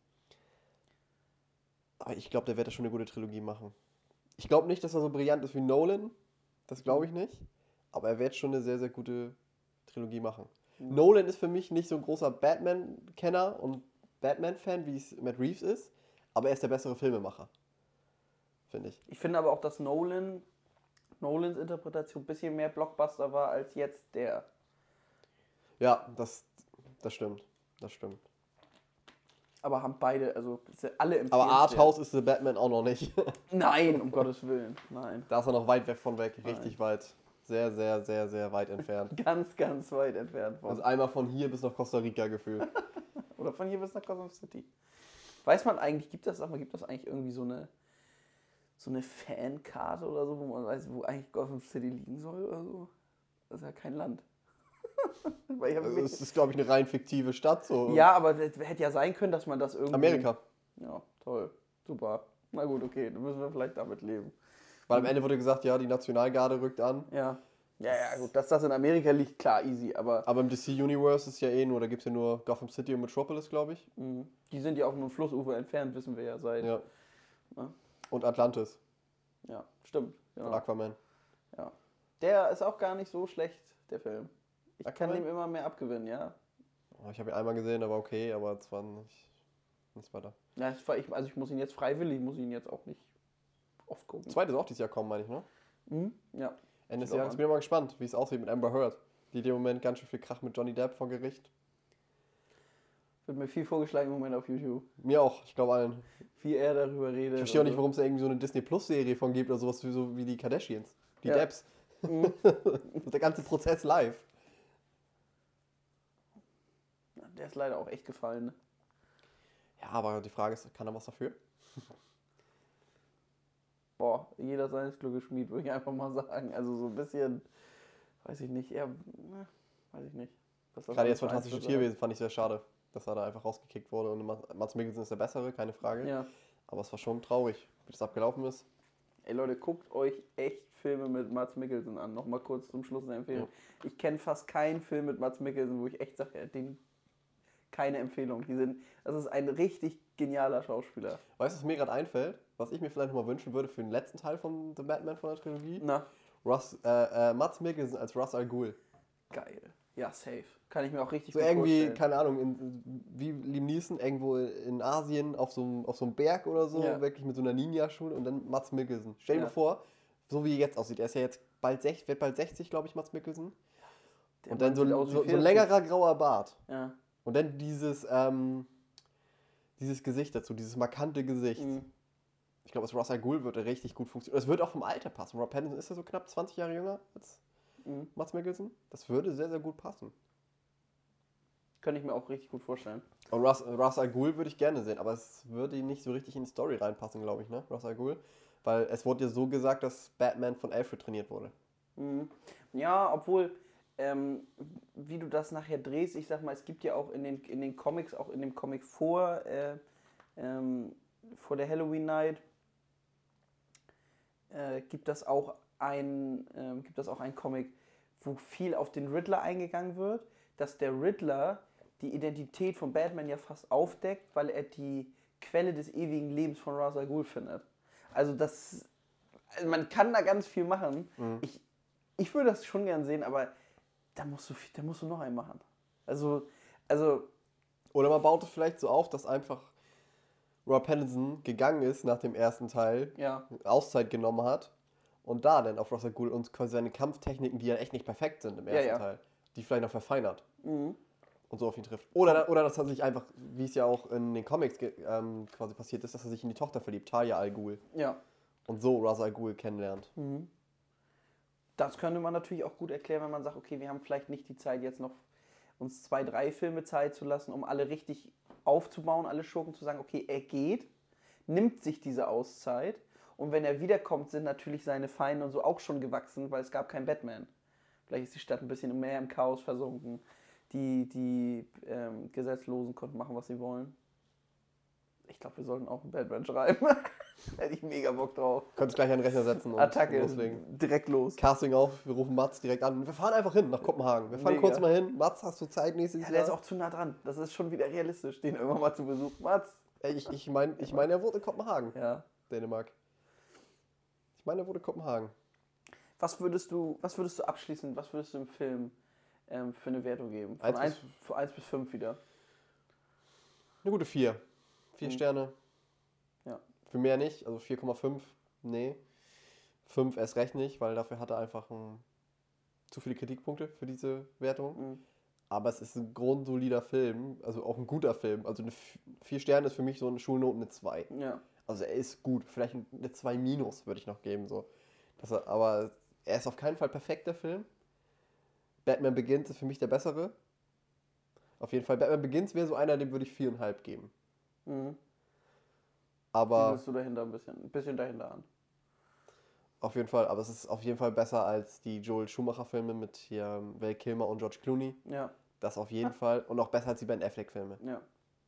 Aber ich glaube, der wird da schon eine gute Trilogie machen. Ich glaube nicht, dass er so brillant ist wie Nolan. Das glaube ich nicht. Aber er wird schon eine sehr, sehr gute Trilogie machen. Mhm. Nolan ist für mich nicht so ein großer Batman-Kenner und Batman-Fan, wie es Matt Reeves ist. Aber er ist der bessere Filmemacher. Finde ich. Ich finde aber auch, dass Nolan, Nolans Interpretation ein bisschen mehr Blockbuster war als jetzt der. Ja, das, das stimmt. Das stimmt. Aber haben beide, also alle empfehlen. Aber Arthouse ist The Batman auch noch nicht. Nein, um Gottes Willen. Nein. Da ist er noch weit weg von weg. Richtig Nein. weit. Sehr, sehr, sehr, sehr weit entfernt. Ganz, ganz weit entfernt von. Also einmal von hier bis nach Costa Rica gefühlt. Oder von hier bis nach Gotham City. Weiß man eigentlich, gibt das, sag mal, gibt das eigentlich irgendwie so eine so eine Fankarte oder so, wo man weiß, wo eigentlich Gotham City liegen soll oder so? Das ist ja kein Land. Weil ich hab Also mich- es ist, glaube ich, eine rein fiktive Stadt. So. ja, aber das hätte ja sein können, dass man das irgendwie... Amerika. Ja, toll. Super. Na gut, okay, dann müssen wir vielleicht damit leben. Weil am Ende wurde gesagt, ja, die Nationalgarde rückt an. Ja. Ja, ja, gut, dass das in Amerika liegt, klar, easy, aber Aber im D C-Universe ist ja eh nur, da gibt es ja nur Gotham City und Metropolis, glaube ich. mh, die sind ja auch nur ein Flussufer entfernt, wissen wir ja seit... Ja. Ja. Und Atlantis Ja, stimmt. und Genau. Aquaman. Ja. Der ist auch gar nicht so schlecht, der Film. Ich kann Aquaman? dem immer mehr abgewinnen, ja. Oh, ich habe ihn einmal gesehen, aber okay, aber es war nicht, nichts weiter. Ja, es war, ich, also ich muss ihn jetzt freiwillig, muss ihn jetzt auch nicht oft gucken. Zweite soll auch dieses Jahr kommen, meine ich, ne? Mhm. Ja. Ende des glaub Jahres. an. Bin mal gespannt, wie es aussieht mit Amber Heard. Die in dem Moment ganz schön viel Krach mit Johnny Depp vor Gericht. Wird mir viel vorgeschlagen im Moment auf YouTube. Mir auch, ich glaube allen. Wie er darüber redet. Ich verstehe auch nicht, und warum es da irgendwie so eine Disney Plus Serie von gibt oder sowas wie, so wie die Kardashians. Die Ja. Depps. so. Mhm. Der ganze Prozess live. Ja, der ist leider auch echt gefallen. Ne? Ja, aber die Frage ist, kann er was dafür? Boah, jeder seines Glückes Schmied, würde ich einfach mal sagen. Also so ein bisschen, weiß ich nicht, eher, ne, weiß ich nicht. Was das Gerade alles jetzt für Fantastische Einflüsse Tierwesen fand ich sehr schade, dass er da einfach rausgekickt wurde. Und Mats- Mads Mikkelsen ist der Bessere, keine Frage. hat. Ja. Aber es war schon traurig, wie das abgelaufen ist. Ey Leute, guckt euch echt Filme mit Mads Mikkelsen an. Nochmal kurz zum Schluss eine Empfehlung. Ich kenne fast keinen Film mit Mads Mikkelsen, wo ich echt sage, ja, den keine Empfehlung. Die sind, das ist ein richtig genialer Schauspieler. Weißt du, was mir gerade einfällt? Was ich mir vielleicht noch mal wünschen würde für den letzten Teil von The Batman von der Trilogie? Na, Russ, äh, äh, Mads Mikkelsen als Ra's al Ghul. geil. Ja, safe. Kann ich mir auch richtig So gut irgendwie, vorstellen. keine Ahnung, in, wie Liam Neeson irgendwo in Asien auf so einem auf so einem Berg oder so, Ja. wirklich mit so einer Ninja-Schule und dann Mads Mikkelsen. Stell dir Ja. mal vor, so wie er jetzt aussieht. Er ist ja jetzt bald sechzig, wird bald sechzig, glaube ich, Mads Mikkelsen. Der Und dann Mann so, sieht ein- aus wie so, so ein vierzig. längerer grauer Bart. Ja. Und dann dieses, ähm, dieses Gesicht dazu, dieses markante Gesicht. Mhm. Ich glaube, das Ra's al Ghul würde richtig gut funktionieren. Es würde auch vom Alter passen. Rob Pattinson ist ja so knapp zwanzig Jahre jünger als Mhm. Mads Mikkelsen. Das würde sehr, sehr gut passen. Könnte ich mir auch richtig gut vorstellen. Und Ra's, Ra's al Ghul würde ich gerne sehen, aber es würde ihn nicht so richtig in die Story reinpassen, glaube ich, ne? Ra's al Ghul. Weil es wurde ja so gesagt, dass Batman von Alfred trainiert wurde. Mhm. Ja, obwohl, ähm, wie du das nachher drehst. Ich sag mal, es gibt ja auch in den, in den Comics, auch in dem Comic vor, äh, ähm, vor der Halloween Night, äh, gibt das auch ein, äh, gibt das auch ein Comic, wo viel auf den Riddler eingegangen wird, dass der Riddler die Identität von Batman ja fast aufdeckt, weil er die Quelle des ewigen Lebens von Ra's al Ghul findet. Also das, also man kann da ganz viel machen. Mhm. Ich, ich würde das schon gern sehen, aber da musst du, viel- da musst du noch einen machen. Also, also Oder man baut es vielleicht so auf, dass einfach Robert Pattinson gegangen ist nach dem ersten Teil, ja, Auszeit genommen hat und da dann auf Ra's al Ghul und quasi seine Kampftechniken, die ja echt nicht perfekt sind im Ja, ersten ja. Teil, die vielleicht noch verfeinert mhm. und so auf ihn trifft. Oder, oder dass er sich einfach, wie es ja auch in den Comics ge- ähm, quasi passiert ist, dass er sich in die Tochter verliebt, Talia al Ghul, ja. und so Ra's al Ghul kennenlernt. Mhm. Das könnte man natürlich auch gut erklären, wenn man sagt, okay, wir haben vielleicht nicht die Zeit, jetzt noch uns zwei, drei Filme Zeit zu lassen, um alle richtig aufzubauen, alle Schurken zu sagen, okay, er geht, nimmt sich diese Auszeit und wenn er wiederkommt, sind natürlich seine Feinde und so auch schon gewachsen, weil es gab keinen Batman. Vielleicht ist die Stadt ein bisschen mehr im Chaos versunken. Die, die ähm, Gesetzlosen konnten machen, was sie wollen. Ich glaube, wir sollten auch einen Batman schreiben. Hätte ich mega Bock drauf. Könntest gleich einen Rechner setzen und Attacke, loslegen. direkt los. Casting auf, wir rufen Mats direkt an. Wir fahren einfach hin nach Kopenhagen. Wir fahren Mega. kurz mal hin. Mats, hast du Zeit nächstes Ja, der ist Jahr? auch zu nah dran. Das ist schon wieder realistisch, den irgendwann mal zu besuchen. Mats. Ey, Ich, ich meine, ich mein, er wohnt in Kopenhagen, Ja. Dänemark. Ich meine, er wohnt in Kopenhagen. Was würdest du, was würdest du abschließend, was würdest du im Film ähm, für eine Wertung geben? Von Eins eins bis- von eins bis fünf wieder. Eine gute vier. vier Mhm. Sterne. Ja. Für mehr nicht, also vier Komma fünf. Nee. fünf erst recht nicht, weil dafür hat er einfach ein, zu viele Kritikpunkte für diese Wertung. Mhm. Aber es ist ein grundsolider Film, also auch ein guter Film. Also eine vier Sterne ist für mich so eine Schulnote eine zwei. Ja. Also er ist gut, vielleicht eine zwei minus würde ich noch geben. So. Das, er- aber er ist auf keinen Fall perfekt, der Film. Batman Begins ist für mich der bessere. Auf jeden Fall, Batman Begins wäre so einer, dem würde ich vier Komma fünf geben. Mhm. Aber Siedelst du dahinter ein bisschen, ein bisschen dahinter an. auf jeden Fall, aber es ist auf jeden Fall besser als die Joel Schumacher-Filme mit hier Val Kilmer und George Clooney. Ja. Das auf jeden Fall. Und auch besser als die Ben Affleck-Filme. Ja.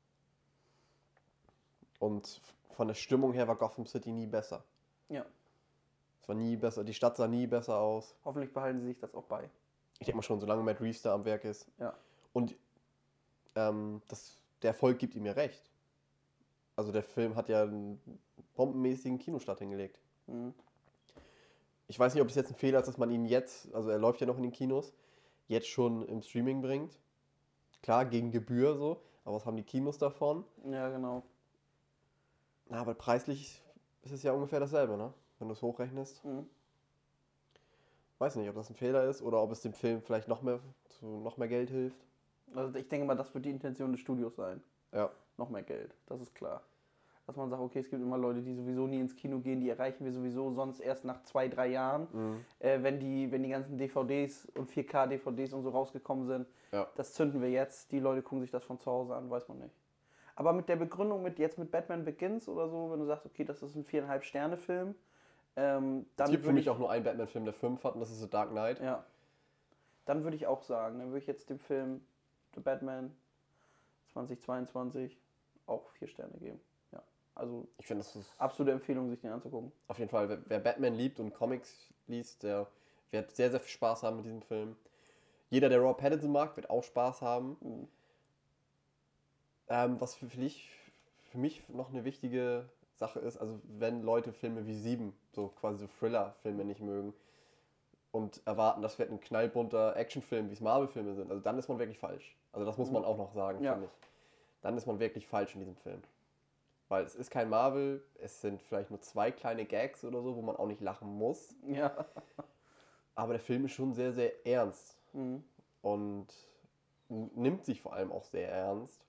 Und von der Stimmung her war Gotham City nie besser. Ja. Es war nie besser, die Stadt sah nie besser aus. Hoffentlich behalten sie sich das auch bei. Ich denke mal schon, solange Matt Reeves da am Werk ist. Ja. Und ähm, das, der Erfolg gibt ihm ja recht. Also der Film hat ja einen bombenmäßigen Kinostart hingelegt. Mhm. Ich weiß nicht, ob es jetzt ein Fehler ist, dass man ihn jetzt, also er läuft ja noch in den Kinos, jetzt schon im Streaming bringt. Klar, gegen Gebühr so, aber was haben die Kinos davon? Ja, genau. Na, aber preislich ist es ja ungefähr dasselbe, ne? Wenn du es hochrechnest. Mhm. Weiß nicht, ob das ein Fehler ist oder ob es dem Film vielleicht noch mehr zu noch mehr Geld hilft. Also ich denke mal, das wird die Intention des Studios sein. Ja. Noch mehr Geld, das ist klar. Dass man sagt, okay, es gibt immer Leute, die sowieso nie ins Kino gehen, die erreichen wir sowieso sonst erst nach zwei, drei Jahren, Mhm. äh, wenn, die, wenn die ganzen D V Ds und vier K D V Ds und so rausgekommen sind. Ja. Das zünden wir jetzt, die Leute gucken sich das von zu Hause an, weiß man nicht. Aber mit der Begründung, mit jetzt mit Batman Begins oder so, wenn du sagst, okay, das ist ein viereinhalb Sterne Film, ähm, dann Es gibt für würde mich ich, auch nur einen Batman-Film, der fünf hat, und das ist The Dark Knight. ja, dann würde ich auch sagen, dann würde ich jetzt dem Film The Batman zweitausendzweiundzwanzig auch vier Sterne geben. Ja, also Ich finde, das ist absolute Empfehlung, sich den anzugucken. auf jeden Fall, wer, wer Batman liebt und Comics liest, der wird sehr, sehr viel Spaß haben mit diesem Film. Jeder, der Robert Pattinson mag, wird auch Spaß haben. Mhm. Ähm, was für, für, dich, für mich noch eine wichtige Sache ist, also wenn Leute Filme wie Sieben, so quasi so Thriller-Filme nicht mögen und erwarten, das wird ein knallbunter Actionfilm, wie es Marvel-Filme sind, also dann ist man wirklich falsch. Also das muss man auch noch sagen, Ja. finde ich. Dann ist man wirklich falsch in diesem Film. Weil es ist kein Marvel, es sind vielleicht nur zwei kleine Gags oder so, wo man auch nicht lachen muss. Ja. Aber der Film ist schon sehr, sehr ernst Mhm. und n- nimmt sich vor allem auch sehr ernst.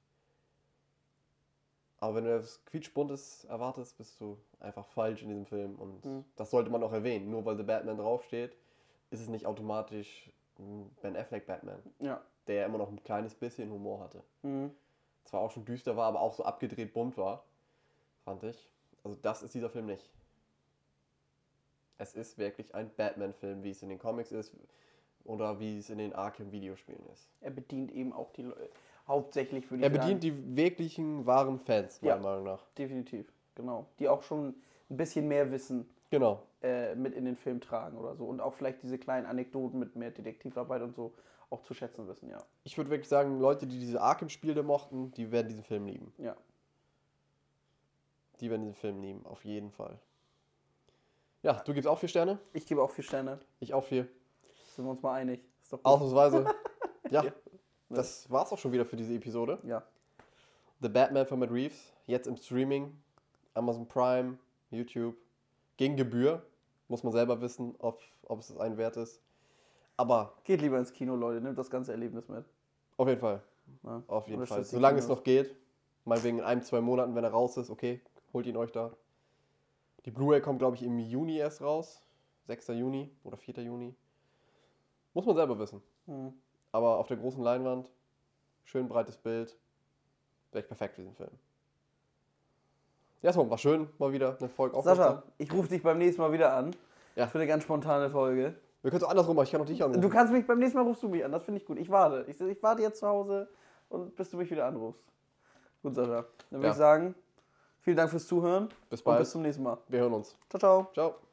Aber wenn du etwas quietschbuntes erwartest, bist du einfach falsch in diesem Film. Und Mhm. das sollte man auch erwähnen. Nur weil The Batman draufsteht, ist es nicht automatisch ein Ben Affleck Batman, Ja. der immer noch ein kleines bisschen Humor hatte. Mhm. Zwar auch schon düster war, aber auch so abgedreht bunt war, fand ich. Also das ist dieser Film nicht. Es ist wirklich ein Batman-Film, wie es in den Comics ist, oder wie es in den Arkham-Videospielen ist. Er bedient eben auch die Leute. Hauptsächlich würde ich Er sagen. bedient die wirklichen, wahren Fans, meiner Ja. Meinung nach. Definitiv, genau. Die auch schon ein bisschen mehr Wissen Genau. äh, mit in den Film tragen oder so. Und auch vielleicht diese kleinen Anekdoten mit mehr Detektivarbeit und so auch zu schätzen wissen, ja. Ich würde wirklich sagen, Leute, die diese Arkham-Spiele mochten, die werden diesen Film lieben. Ja. Die werden diesen Film lieben, auf jeden Fall. Ja, du gibst auch vier Sterne? Ich gebe auch vier Sterne. Ich auch vier. Sind wir uns mal einig. Ist doch gut. Ausnahmsweise. Ja, Ja. das war's auch schon wieder für diese Episode. Ja. The Batman von Matt Reeves, jetzt im Streaming, Amazon Prime, YouTube, gegen Gebühr. Muss man selber wissen, ob, ob es einen wert ist. Aber Geht lieber ins Kino, Leute. Nehmt das ganze Erlebnis mit. auf jeden Fall. Ja. Auf jeden Oder Fall. stützt die Solange es Kinos. noch geht. Meinetwegen in ein, zwei Monaten, wenn er raus ist, okay, holt ihn euch da. Die Blu-ray kommt, glaube ich, im Juni erst raus. sechster Juni oder vierter Juni. Muss man selber wissen. Hm. Aber auf der großen Leinwand, schön breites Bild, wäre ich perfekt für diesen Film. Ja, so, war schön, mal wieder eine Folge aufnehmen. Sascha, ich rufe dich beim nächsten Mal wieder an. Ja. Für eine ganz spontane Folge. Wir können es auch andersrum machen, ich kann auch dich anrufen. Du kannst mich, beim nächsten Mal rufst du mich an. Das finde ich gut. Ich warte. Ich, ich warte jetzt zu Hause und bis du mich wieder anrufst. Gut, Sascha. Dann würde Ja. ich sagen, vielen Dank fürs Zuhören. Bis Und bald. bis zum nächsten Mal. Wir hören uns. Ciao, ciao. Ciao.